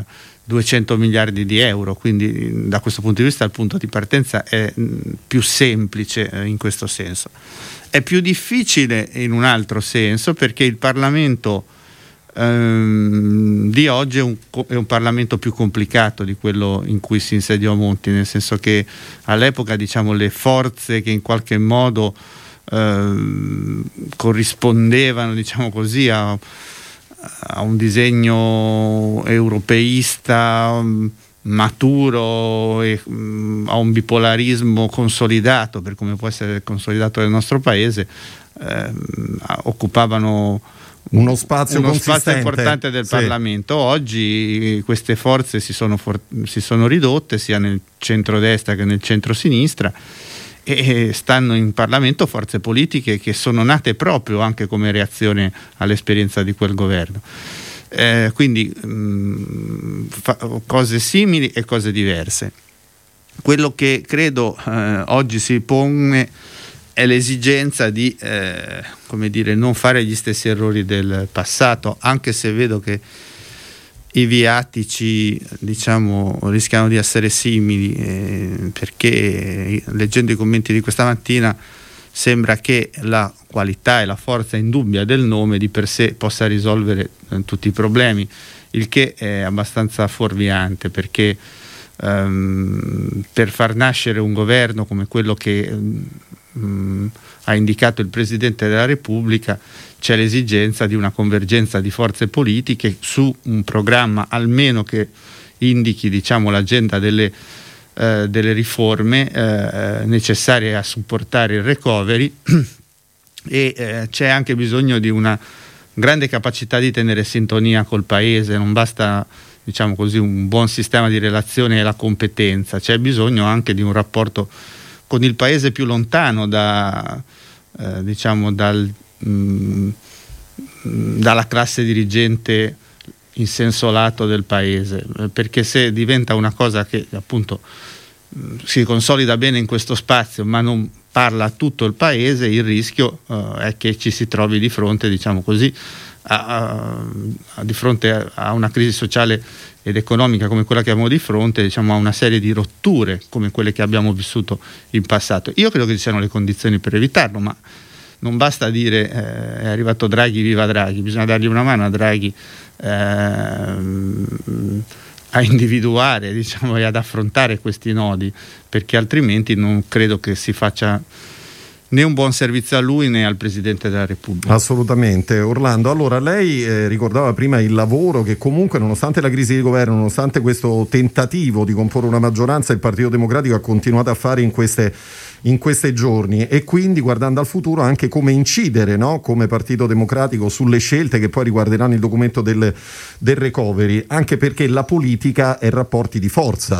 duecento miliardi di euro, quindi da questo punto di vista il punto di partenza è più semplice eh, in questo senso. È più difficile in un altro senso perché il Parlamento ehm, di oggi è un, è un Parlamento più complicato di quello in cui si insediò Monti, nel senso che all'epoca, diciamo, le forze che in qualche modo ehm, corrispondevano, diciamo così, a, a un disegno europeista maturo e mh, a un bipolarismo consolidato, per come può essere consolidato nel nostro paese, eh, occupavano uno spazio, uno consistente. spazio importante del sì. Parlamento. Oggi queste forze si sono, for- si sono ridotte sia nel centrodestra che nel centrosinistra, e stanno in Parlamento forze politiche che sono nate proprio anche come reazione all'esperienza di quel governo. Eh, quindi mh, fa- cose simili e cose diverse. Quello che credo eh, oggi si pone è l'esigenza di eh, come dire, non fare gli stessi errori del passato, anche se vedo che i viatici, diciamo, rischiano di essere simili, eh, perché leggendo i commenti di questa mattina sembra che la qualità e la forza indubbia del nome di per sé possa risolvere eh, tutti i problemi, il che è abbastanza fuorviante, perché ehm, per far nascere un governo come quello che mh, ha indicato il Presidente della Repubblica c'è l'esigenza di una convergenza di forze politiche su un programma almeno che indichi, diciamo, l'agenda delle Eh, delle riforme eh, necessarie a supportare il recovery e eh, c'è anche bisogno di una grande capacità di tenere sintonia col paese. Non basta, diciamo così, un buon sistema di relazione e la competenza, c'è bisogno anche di un rapporto con il paese più lontano da, eh, diciamo dal, mh, dalla classe dirigente in senso lato del paese, perché se diventa una cosa che appunto si consolida bene in questo spazio ma non parla a tutto il paese, il rischio uh, è che ci si trovi di fronte, diciamo così, a, a, a, di fronte a, a una crisi sociale ed economica come quella che abbiamo di fronte, diciamo, a una serie di rotture come quelle che abbiamo vissuto in passato. Io credo che ci siano le condizioni per evitarlo, ma non basta dire eh, è arrivato Draghi, viva Draghi, bisogna dargli una mano a Draghi ehm, a individuare, diciamo, e ad affrontare questi nodi, perché altrimenti non credo che si faccia né un buon servizio a lui né al Presidente della Repubblica. Assolutamente. Orlando, allora lei eh, ricordava prima il lavoro che comunque, nonostante la crisi di governo, nonostante questo tentativo di comporre una maggioranza, il Partito Democratico ha continuato a fare in queste in questi giorni, e quindi guardando al futuro anche come incidere, no? Come Partito Democratico sulle scelte che poi riguarderanno il documento del, del recovery, anche perché la politica è rapporti di forza.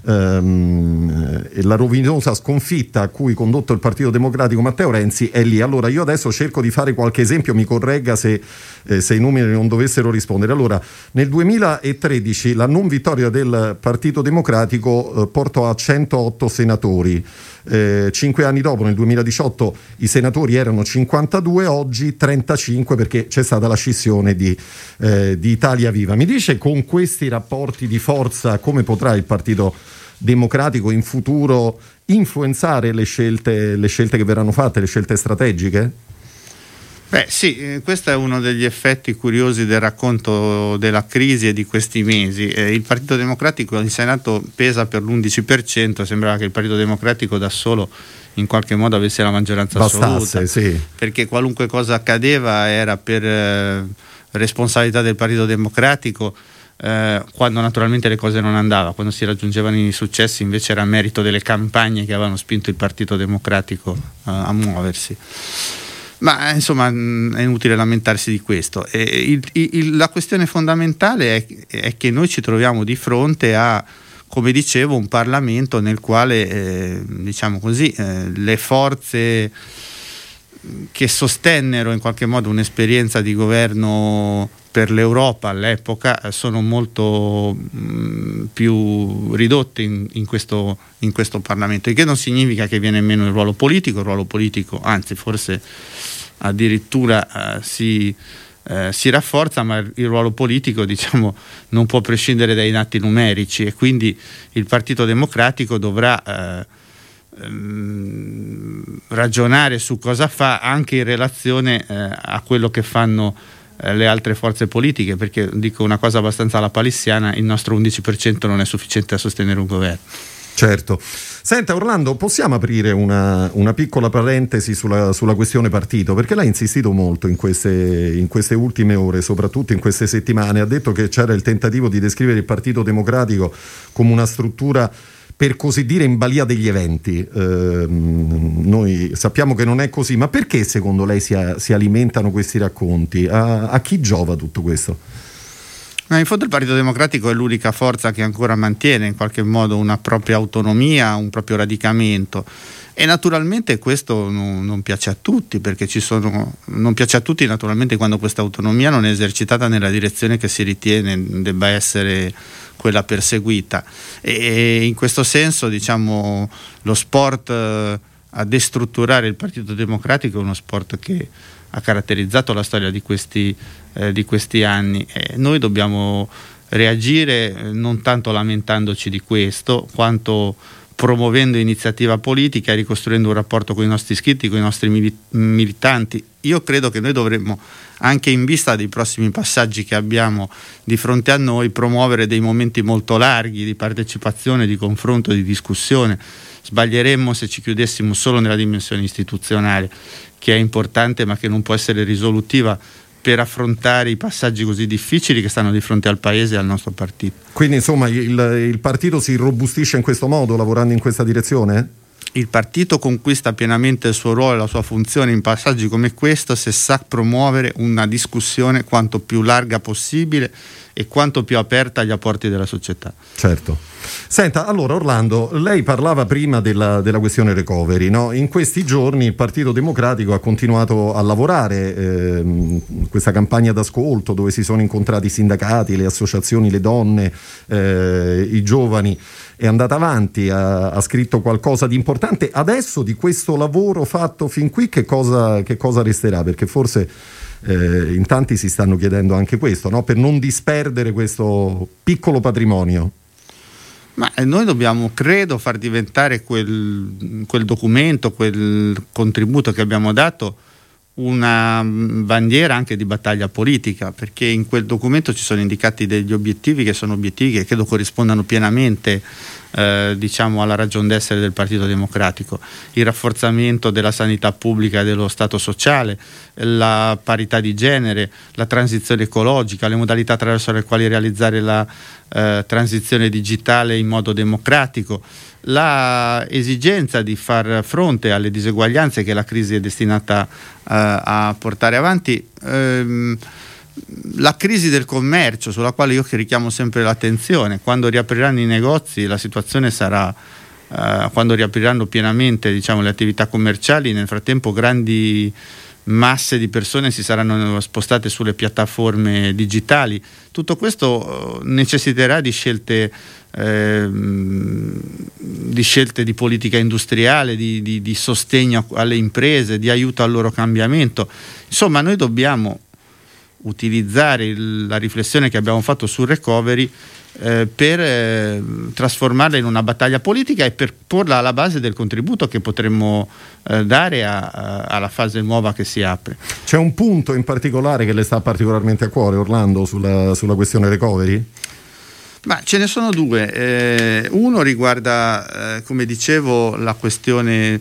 Ehm, e la rovinosa sconfitta a cui condotto il Partito Democratico Matteo Renzi è lì. Allora io adesso cerco di fare qualche esempio, mi corregga se, eh, se i numeri non dovessero rispondere. Allora, nel duemilatredici la non vittoria del Partito Democratico eh, portò a centootto senatori. Eh, cinque anni dopo, nel duemiladiciotto, i senatori erano cinquantadue, oggi trentacinque, perché c'è stata la scissione di, eh, di Italia Viva. Mi dice, con questi rapporti di forza, come potrà il Partito Democratico in futuro influenzare le scelte, le scelte che verranno fatte, le scelte strategiche? Beh sì, eh, questo è uno degli effetti curiosi del racconto della crisi e di questi mesi. Eh, il Partito Democratico in Senato pesa per l'undici per cento, sembrava che il Partito Democratico da solo in qualche modo avesse la maggioranza Bastasse, assoluta, sì. Perché qualunque cosa accadeva era per eh, responsabilità del Partito Democratico, eh, quando naturalmente le cose non andavano, quando si raggiungevano i successi invece era merito delle campagne che avevano spinto il Partito Democratico eh, a muoversi. Ma insomma è inutile lamentarsi di questo. E il, il, la questione fondamentale è, è che noi ci troviamo di fronte a, come dicevo, un Parlamento nel quale eh, diciamo così eh, le forze che sostennero in qualche modo un'esperienza di governo per l'Europa all'epoca sono molto mh, più ridotte in, in, questo, in questo Parlamento, il che non significa che viene meno il ruolo politico. Il ruolo politico, anzi forse addirittura uh, si eh, si rafforza, ma il ruolo politico, diciamo, non può prescindere dai dati numerici, e quindi il Partito Democratico dovrà eh, ehm, ragionare su cosa fa anche in relazione eh, a quello che fanno eh, le altre forze politiche, perché dico una cosa abbastanza alla palissiana: il nostro undici per cento non è sufficiente a sostenere un governo. Certo. Senta Orlando, possiamo aprire una, una piccola parentesi sulla, sulla questione partito, perché lei ha insistito molto in queste, in queste ultime ore, soprattutto in queste settimane. Ha detto che c'era il tentativo di descrivere il Partito Democratico come una struttura, per così dire, in balia degli eventi. Eh, noi sappiamo che non è così, ma perché secondo lei si, a, si alimentano questi racconti? A, a chi giova tutto questo? Ma in fondo il Partito Democratico è l'unica forza che ancora mantiene in qualche modo una propria autonomia, un proprio radicamento, e naturalmente questo non, non piace a tutti, perché ci sono, non piace a tutti naturalmente quando questa autonomia non è esercitata nella direzione che si ritiene debba essere quella perseguita, e in questo senso, diciamo, lo sport a destrutturare il Partito Democratico è uno sport che ha caratterizzato la storia di questi, eh, di questi anni, e noi dobbiamo reagire eh, non tanto lamentandoci di questo, quanto promuovendo iniziativa politica e ricostruendo un rapporto con i nostri iscritti, con i nostri mili- militanti. Io credo che noi dovremmo, anche in vista dei prossimi passaggi che abbiamo di fronte a noi, promuovere dei momenti molto larghi di partecipazione, di confronto, di discussione. Sbaglieremmo se ci chiudessimo solo nella dimensione istituzionale, che è importante ma che non può essere risolutiva per affrontare i passaggi così difficili che stanno di fronte al Paese e al nostro partito. Quindi insomma il, il partito si robustisce in questo modo, lavorando in questa direzione? Il partito conquista pienamente il suo ruolo e la sua funzione in passaggi come questo se sa promuovere una discussione quanto più larga possibile e quanto più aperta agli apporti della società. Certo. Senta, allora Orlando, lei parlava prima della, della questione recovery, no? In questi giorni il Partito Democratico ha continuato a lavorare, ehm, questa campagna d'ascolto dove si sono incontrati i sindacati, le associazioni, le donne, eh, i giovani, è andata avanti, ha, ha scritto qualcosa di importante. Adesso di questo lavoro fatto fin qui che cosa, che cosa resterà? Perché forse eh, in tanti si stanno chiedendo anche questo, no? Per non disperdere questo piccolo patrimonio. Ma noi dobbiamo, credo, far diventare quel, quel documento, quel contributo che abbiamo dato una bandiera anche di battaglia politica, perché in quel documento ci sono indicati degli obiettivi che sono obiettivi che credo corrispondano pienamente eh, diciamo alla ragion d'essere del Partito Democratico: il rafforzamento della sanità pubblica e dello Stato sociale, la parità di genere, la transizione ecologica, le modalità attraverso le quali realizzare la eh, transizione digitale in modo democratico, la esigenza di far fronte alle diseguaglianze che la crisi è destinata uh, a portare avanti, ehm, la crisi del commercio, sulla quale io richiamo sempre l'attenzione. Quando riapriranno i negozi la situazione sarà, uh, quando riapriranno pienamente, diciamo, le attività commerciali, nel frattempo grandi masse di persone si saranno spostate sulle piattaforme digitali. Tutto questo necessiterà di scelte eh, di scelte di politica industriale, di, di, di sostegno alle imprese, di aiuto al loro cambiamento. Insomma, noi dobbiamo utilizzare il, la riflessione che abbiamo fatto sul recovery eh, per eh, trasformarla in una battaglia politica e per porla alla base del contributo che potremmo eh, dare a, a, alla fase nuova che si apre. C'è un punto in particolare che le sta particolarmente a cuore, Orlando, sulla, sulla questione recovery? Ma ce ne sono due. Eh, uno riguarda, eh, come dicevo, la questione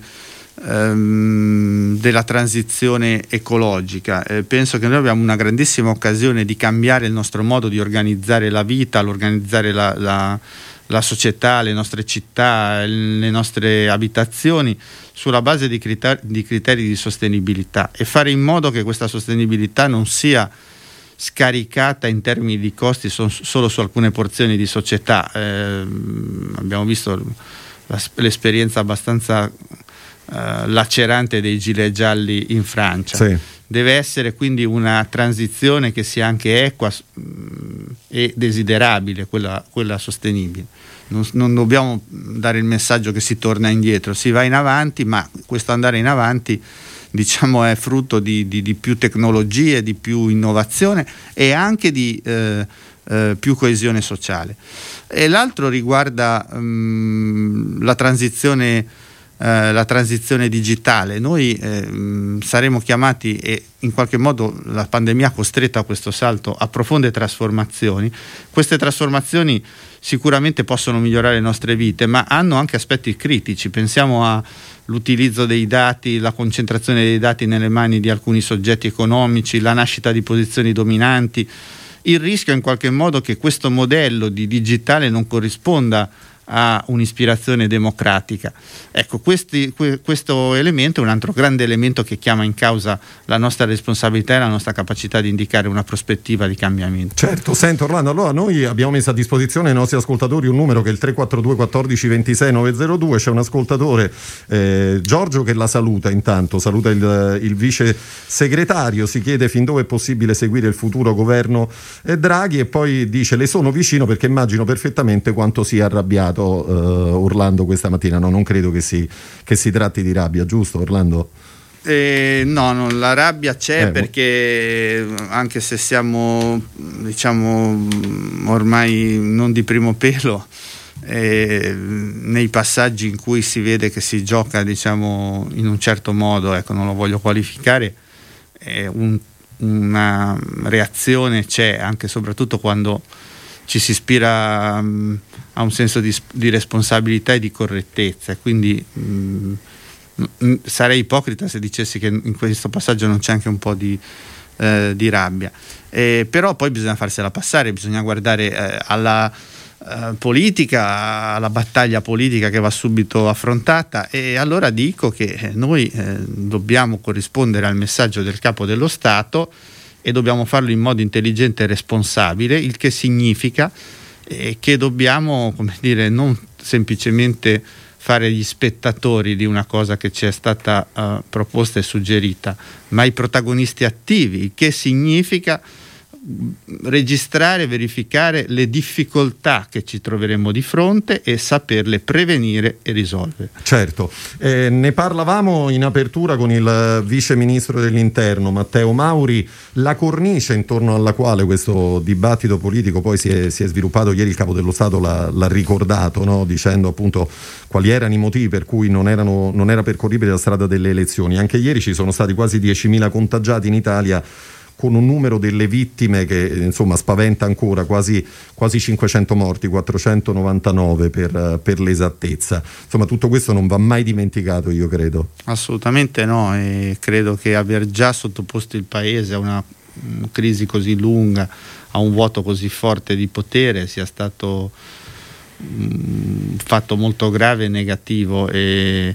ehm, della transizione ecologica. Eh, penso che noi abbiamo una grandissima occasione di cambiare il nostro modo di organizzare la vita, l'organizzare la, la, la società, le nostre città, le nostre abitazioni sulla base di criteri, di criteri di sostenibilità, e fare in modo che questa sostenibilità non sia scaricata in termini di costi so, solo su alcune porzioni di società. Eh, abbiamo visto la, l'esperienza abbastanza eh, lacerante dei gilet gialli in Francia. Sì. Deve essere quindi una transizione che sia anche equa mh, e desiderabile, quella, quella sostenibile. Non, non dobbiamo dare il messaggio che si torna indietro, si va in avanti, ma questo andare in avanti diciamo è frutto di, di, di più tecnologie, di più innovazione e anche di eh, eh, più coesione sociale. E l'altro riguarda um, la transizione eh, la transizione digitale. Noi eh, saremo chiamati, e in qualche modo la pandemia ha costretto a questo salto, a profonde trasformazioni. Queste trasformazioni sicuramente possono migliorare le nostre vite, ma hanno anche aspetti critici. Pensiamo all'utilizzo dei dati, la concentrazione dei dati nelle mani di alcuni soggetti economici, la nascita di posizioni dominanti, il rischio in qualche modo che questo modello di digitale non corrisponda a un'ispirazione democratica. Ecco, questi, que, questo elemento è un altro grande elemento che chiama in causa la nostra responsabilità e la nostra capacità di indicare una prospettiva di cambiamento. Certo, sento Orlando, allora noi abbiamo messo a disposizione ai nostri ascoltatori un numero che è il tre quattro due quattordici ventisei novecentodue. C'è un ascoltatore, eh, Giorgio, che la saluta intanto, saluta il, il vice segretario, si chiede fin dove è possibile seguire il futuro governo eh, Draghi, e poi dice: le sono vicino perché immagino perfettamente quanto sia arrabbiato Uh, Orlando questa mattina. No, non credo che si, che si tratti di rabbia, giusto Orlando? Eh, no, no, la rabbia c'è, eh, perché anche se siamo, diciamo, ormai non di primo pelo, eh, nei passaggi in cui si vede che si gioca, diciamo, in un certo modo, ecco, non lo voglio qualificare, eh, un, una reazione c'è, anche e soprattutto quando ci si ispira um, a un senso di, di responsabilità e di correttezza, quindi mh, mh, sarei ipocrita se dicessi che in questo passaggio non c'è anche un po' di, eh, di rabbia, eh, però poi bisogna farsela passare, bisogna guardare eh, alla eh, politica, alla battaglia politica che va subito affrontata, e allora dico che noi eh, dobbiamo corrispondere al messaggio del Capo dello Stato e dobbiamo farlo in modo intelligente e responsabile, il che significa eh, che dobbiamo, come dire, non semplicemente fare gli spettatori di una cosa che ci è stata uh, proposta e suggerita, ma i protagonisti attivi, il che significa registrare, verificare le difficoltà che ci troveremo di fronte e saperle prevenire e risolvere. Certo, eh, ne parlavamo in apertura con il vice ministro dell'interno Matteo Mauri. La cornice intorno alla quale questo dibattito politico poi si è, si è sviluppato, ieri il Capo dello Stato l'ha, l'ha ricordato, no? Dicendo appunto quali erano i motivi per cui non, erano, non era percorribile la strada delle elezioni. Anche ieri ci sono stati quasi diecimila contagiati in Italia, con un numero delle vittime che insomma spaventa ancora, quasi, quasi cinquecento morti, quattrocentonovantanove per, per l'esattezza. Insomma, tutto questo non va mai dimenticato, io credo. Assolutamente no, e credo che aver già sottoposto il Paese a una crisi così lunga, a un vuoto così forte di potere, sia stato un fatto molto grave e negativo, e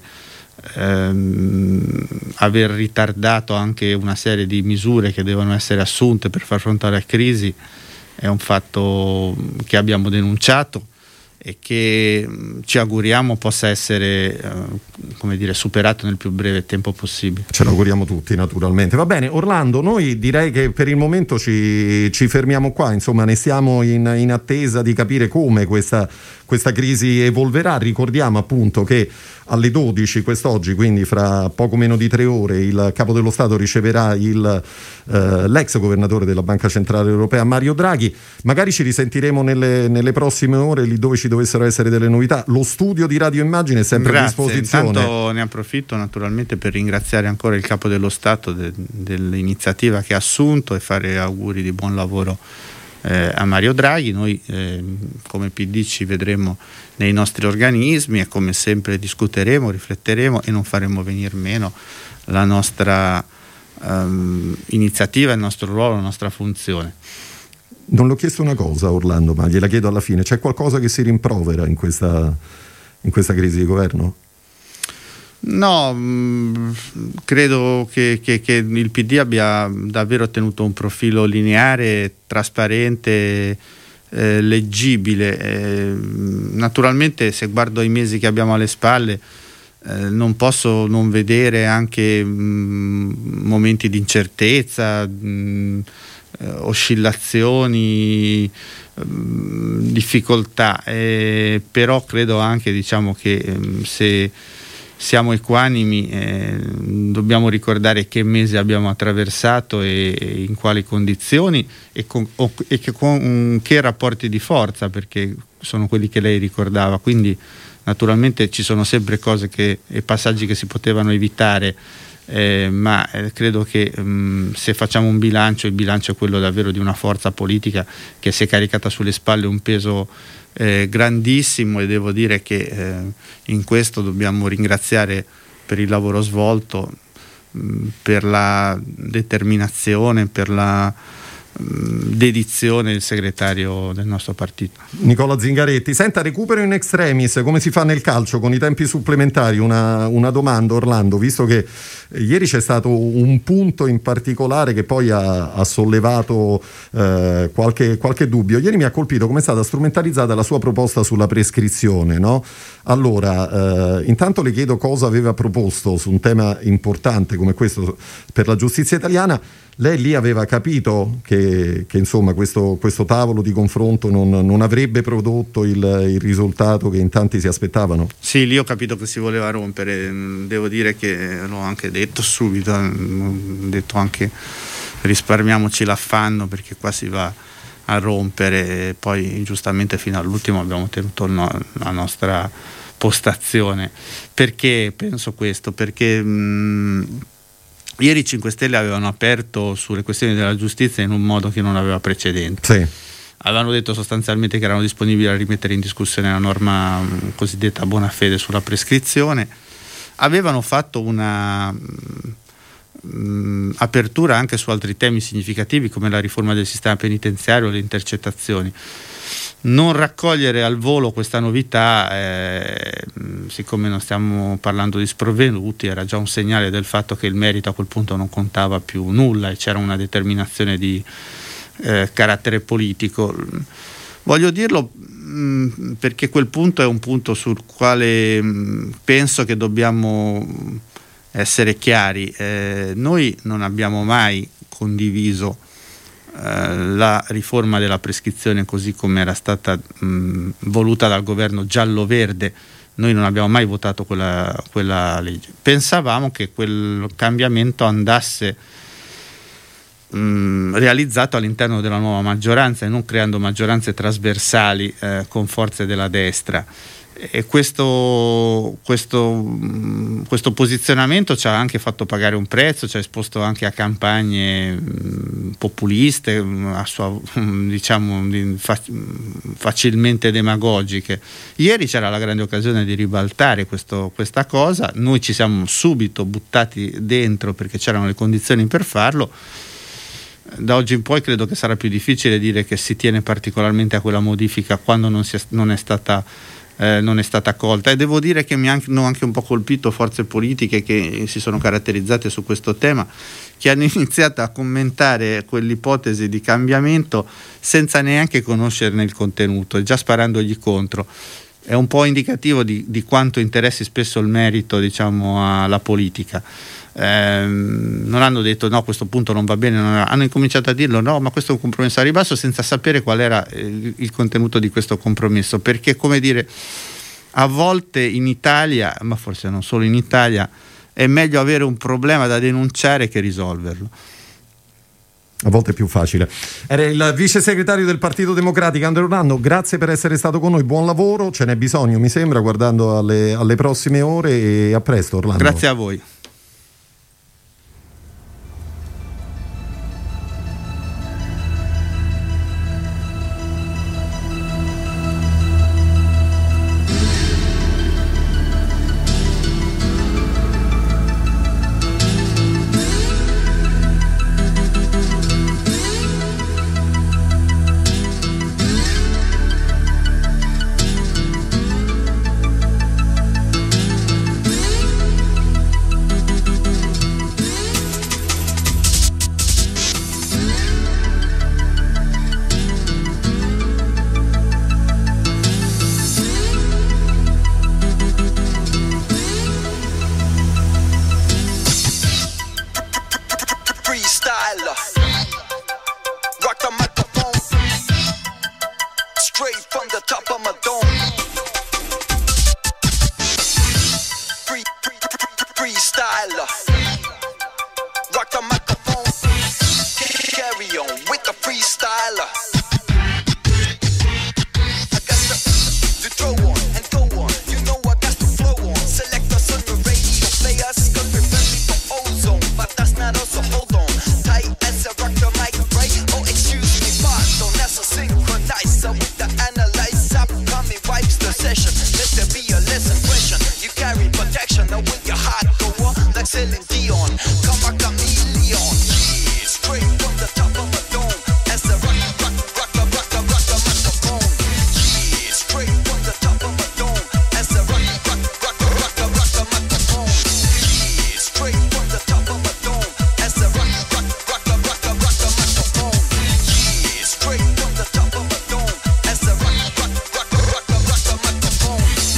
Ehm, aver ritardato anche una serie di misure che devono essere assunte per far fronte alla crisi è un fatto che abbiamo denunciato e che ci auguriamo possa essere eh, come dire, superato nel più breve tempo possibile. Ce lo auguriamo tutti, naturalmente. Va bene, Orlando, noi direi che per il momento ci, ci fermiamo qua, insomma ne stiamo in, in attesa di capire come questa, questa crisi evolverà. Ricordiamo appunto che alle dodici quest'oggi, quindi fra poco meno di tre ore, il Capo dello Stato riceverà il, eh, l'ex governatore della Banca Centrale Europea Mario Draghi. Magari ci risentiremo nelle, nelle prossime ore, lì dove ci dovessero essere delle novità. Lo studio di Radio Immagine è sempre Grazie. a disposizione. Intanto ne approfitto naturalmente per ringraziare ancora il Capo dello Stato de, dell'iniziativa che ha assunto e fare auguri di buon lavoro eh, a Mario Draghi. Noi eh, come P D ci vedremo nei nostri organismi e come sempre discuteremo, rifletteremo e non faremo venir meno la nostra um, iniziativa, il nostro ruolo, la nostra funzione. Non l'ho chiesto una cosa, Orlando, ma gliela chiedo alla fine: c'è qualcosa che si rimprovera in questa, in questa crisi di governo? No, mh, credo che, che, che il P D abbia davvero tenuto un profilo lineare, trasparente, Eh, leggibile. Eh, naturalmente, se guardo i mesi che abbiamo alle spalle, eh, non posso non vedere anche mh, momenti di incertezza, mh, eh, oscillazioni, mh, difficoltà, eh, però credo anche, diciamo, che mh, se siamo equanimi, eh, dobbiamo ricordare che mese abbiamo attraversato e, e in quali condizioni e, con, o, e che, con che rapporti di forza, perché sono quelli che lei ricordava, quindi naturalmente ci sono sempre cose che, e passaggi che si potevano evitare, eh, ma eh, credo che mh, se facciamo un bilancio, il bilancio è quello davvero di una forza politica che si è caricata sulle spalle un peso eh, grandissimo, e devo dire che eh, in questo dobbiamo ringraziare per il lavoro svolto, mh, per la determinazione, per la dedizione del segretario del nostro partito, Nicola Zingaretti. Senta, recupero in extremis, come si fa nel calcio con i tempi supplementari? Una, una domanda, Orlando, visto che ieri c'è stato un punto in particolare che poi ha, ha sollevato eh, qualche, qualche dubbio. Ieri mi ha colpito come è stata strumentalizzata la sua proposta sulla prescrizione, no? Allora, eh, intanto le chiedo cosa aveva proposto su un tema importante come questo per la giustizia italiana. Lei lì aveva capito che, che insomma questo, questo tavolo di confronto non, non avrebbe prodotto il, il risultato che in tanti si aspettavano? Sì, lì ho capito che si voleva rompere. Devo dire che l'ho anche detto subito, ho detto anche risparmiamoci l'affanno, perché qua si va a rompere, e poi giustamente fino all'ultimo abbiamo tenuto no, la nostra postazione. Perché penso questo? Perché mh, ieri i cinque Stelle avevano aperto sulle questioni della giustizia in un modo che non aveva precedenti. Sì. Avevano detto sostanzialmente che erano disponibili a rimettere in discussione la norma mh, cosiddetta a buona fede sulla prescrizione. Avevano fatto una mh, apertura anche su altri temi significativi come la riforma del sistema penitenziario e le intercettazioni. Non raccogliere al volo questa novità, eh, siccome non stiamo parlando di sprovveduti, era già un segnale del fatto che il merito a quel punto non contava più nulla e c'era una determinazione di eh, carattere politico. Voglio dirlo mh, perché quel punto è un punto sul quale mh, penso che dobbiamo essere chiari. Eh, noi non abbiamo mai condiviso la riforma della prescrizione così come era stata mh, voluta dal governo giallo-verde. Noi non abbiamo mai votato quella, quella legge. Pensavamo che quel cambiamento andasse mh, realizzato all'interno della nuova maggioranza e non creando maggioranze trasversali eh, con forze della destra. E questo, questo, questo posizionamento ci ha anche fatto pagare un prezzo, ci ha esposto anche a campagne populiste, a sua, diciamo facilmente demagogiche. Ieri c'era la grande occasione di ribaltare questo, questa cosa, noi ci siamo subito buttati dentro perché c'erano le condizioni per farlo. Da oggi in poi credo che sarà più difficile dire che si tiene particolarmente a quella modifica quando non, si è, non è stata Eh, non è stata accolta, e devo dire che mi hanno anche un po' colpito forze politiche che si sono caratterizzate su questo tema, che hanno iniziato a commentare quell'ipotesi di cambiamento senza neanche conoscerne il contenuto e già sparandogli contro. È un po' indicativo di, di quanto interessi spesso il merito, diciamo, alla politica. Eh, non hanno detto no, questo punto non va bene, non hanno incominciato a dirlo no, ma questo è un compromesso a ribasso, senza sapere qual era il, il contenuto di questo compromesso, perché, come dire, a volte in Italia, ma forse non solo in Italia, è meglio avere un problema da denunciare che risolverlo. A volte è più facile. Era il vice segretario del Partito Democratico Andrea Orlando, grazie per essere stato con noi, buon lavoro, ce n'è bisogno mi sembra guardando alle, alle prossime ore, e a presto Orlando. Grazie a voi. Straight from the top of my dome. Free, free. freestyler. Rock the microphone, carry on with the freestyler. I got to, to throw on and go on, you know I got to flow on. Select us on the radio players, cause we're friendly for ozone. But that's not us, so hold on. Tight as I rock the mic, right? Oh, excuse me, pardon, that's a synchronizer with the analyzer. Upcoming wipes the session, let there be a lesson question. You carry protection, now with your heart go on, like Celine Dion. Come a chameleon, yeah, straight from the top of a dome. As I rock, rock, rock, rock, rock, rock, rock the microphone. Yeah, straight from the top of a dome. As I rock, rock, rock, rock, rock, rock the microphone. Yeah, straight from the top of a dome. As I rock, rock, rock, rock, rock, rock, rock the microphone. Yeah, straight from the top of a dome. As I rock, rock, rock, rock, rock, rock the microphone.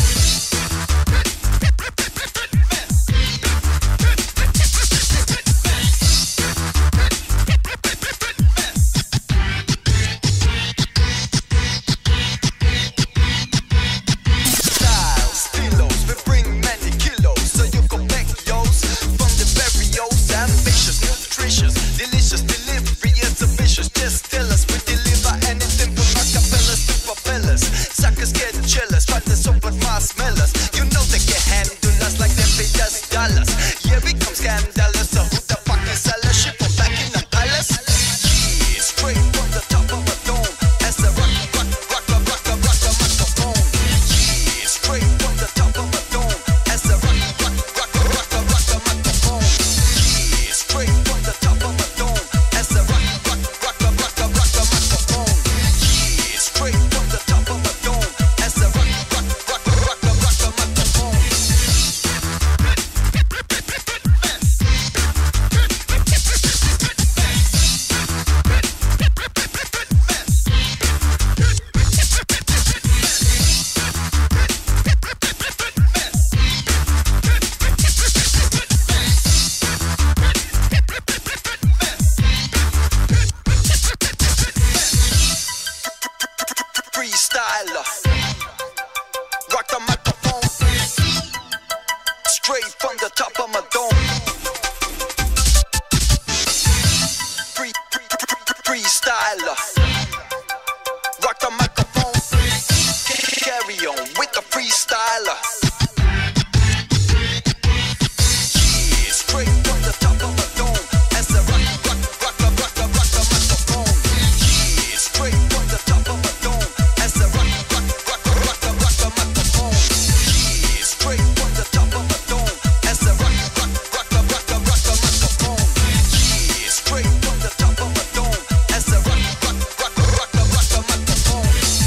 Styles, stilos, we bring many kilos, so you can back yours from the barrios. Ambitious, nutritious, delicious delivery is ambitious. Just tell us we deliver anything from acapellas to propellers. Suckers get jealous, try to soap and marshmallows. You know they can handle us like they pay us dollars. Yeah, we come scandalous, so who the fuck is all shit from back in the palace? Yeah, straight from the top of a dome. As I rock, rock, rock, rock, rock, rock, rock the microphone. Yeah, straight from the top of a dome. As I rock, rock, rock, rock, rock, rock, rock the microphone. Yeah, straight from the top of a dome. As I rock, rock, rock, rock, rock, rock, rock the microphone. Yeah, straight from the top of a dome. As I rock, rock, rock, rock, rock, rock, rock the microphone. Freestyler, rock the microphone, straight from the top of my dome. Free, free, free, freestyler, rock the microphone, carry on with the freestyler. Yeah, straight from the top of my dome. As I rock, rock, rock, rock, rock, rock, rock the microphone. Yeah, straight from the top of my dome. As I rock, rock, rock, rock, rock, rock, rock the microphone. Yeah, straight from the top of my dome. As I rock, rock, rock, rock, rock, rock, rock the microphone. Yeah, straight from the top of my dome. As I rock, rock, rock, rock, rock, rock, rock the microphone.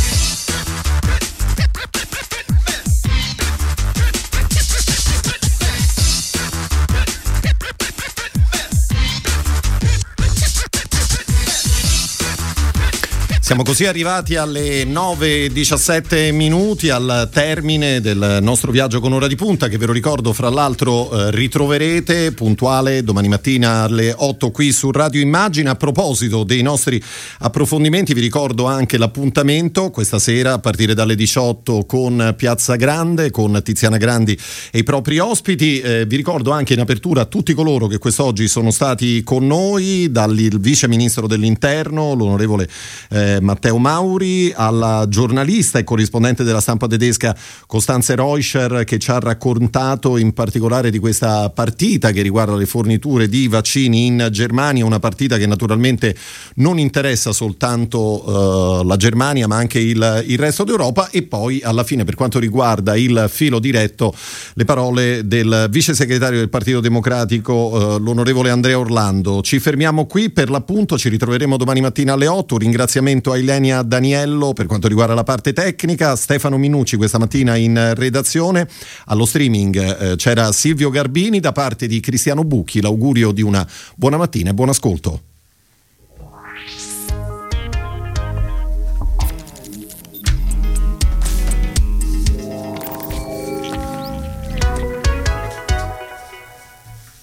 Siamo così arrivati alle nove e diciassette minuti, al termine del nostro viaggio con Ora di Punta, che ve lo ricordo fra l'altro eh, ritroverete puntuale domani mattina alle otto qui su Radio Immagine. A proposito dei nostri approfondimenti vi ricordo anche l'appuntamento questa sera a partire dalle diciotto con Piazza Grande, con Tiziana Grandi e i propri ospiti. Eh, vi ricordo anche in apertura a tutti coloro che quest'oggi sono stati con noi, dal vice ministro dell'interno, l'onorevole eh, Matteo Mauri, alla giornalista e corrispondente della stampa tedesca Costanze Reuscher, che ci ha raccontato in particolare di questa partita che riguarda le forniture di vaccini in Germania, una partita che naturalmente non interessa soltanto uh, la Germania ma anche il, il resto d'Europa. E poi alla fine, per quanto riguarda il filo diretto, le parole del vice segretario del Partito Democratico, uh, l'onorevole Andrea Orlando. Ci fermiamo qui per l'appunto, ci ritroveremo domani mattina alle otto. Un ringraziamento a Ilenia Daniello per quanto riguarda la parte tecnica, Stefano Minucci questa mattina in redazione. Allo streaming eh, c'era Silvio Garbini. Da parte di Cristiano Bucchi l'augurio di una buona mattina e buon ascolto.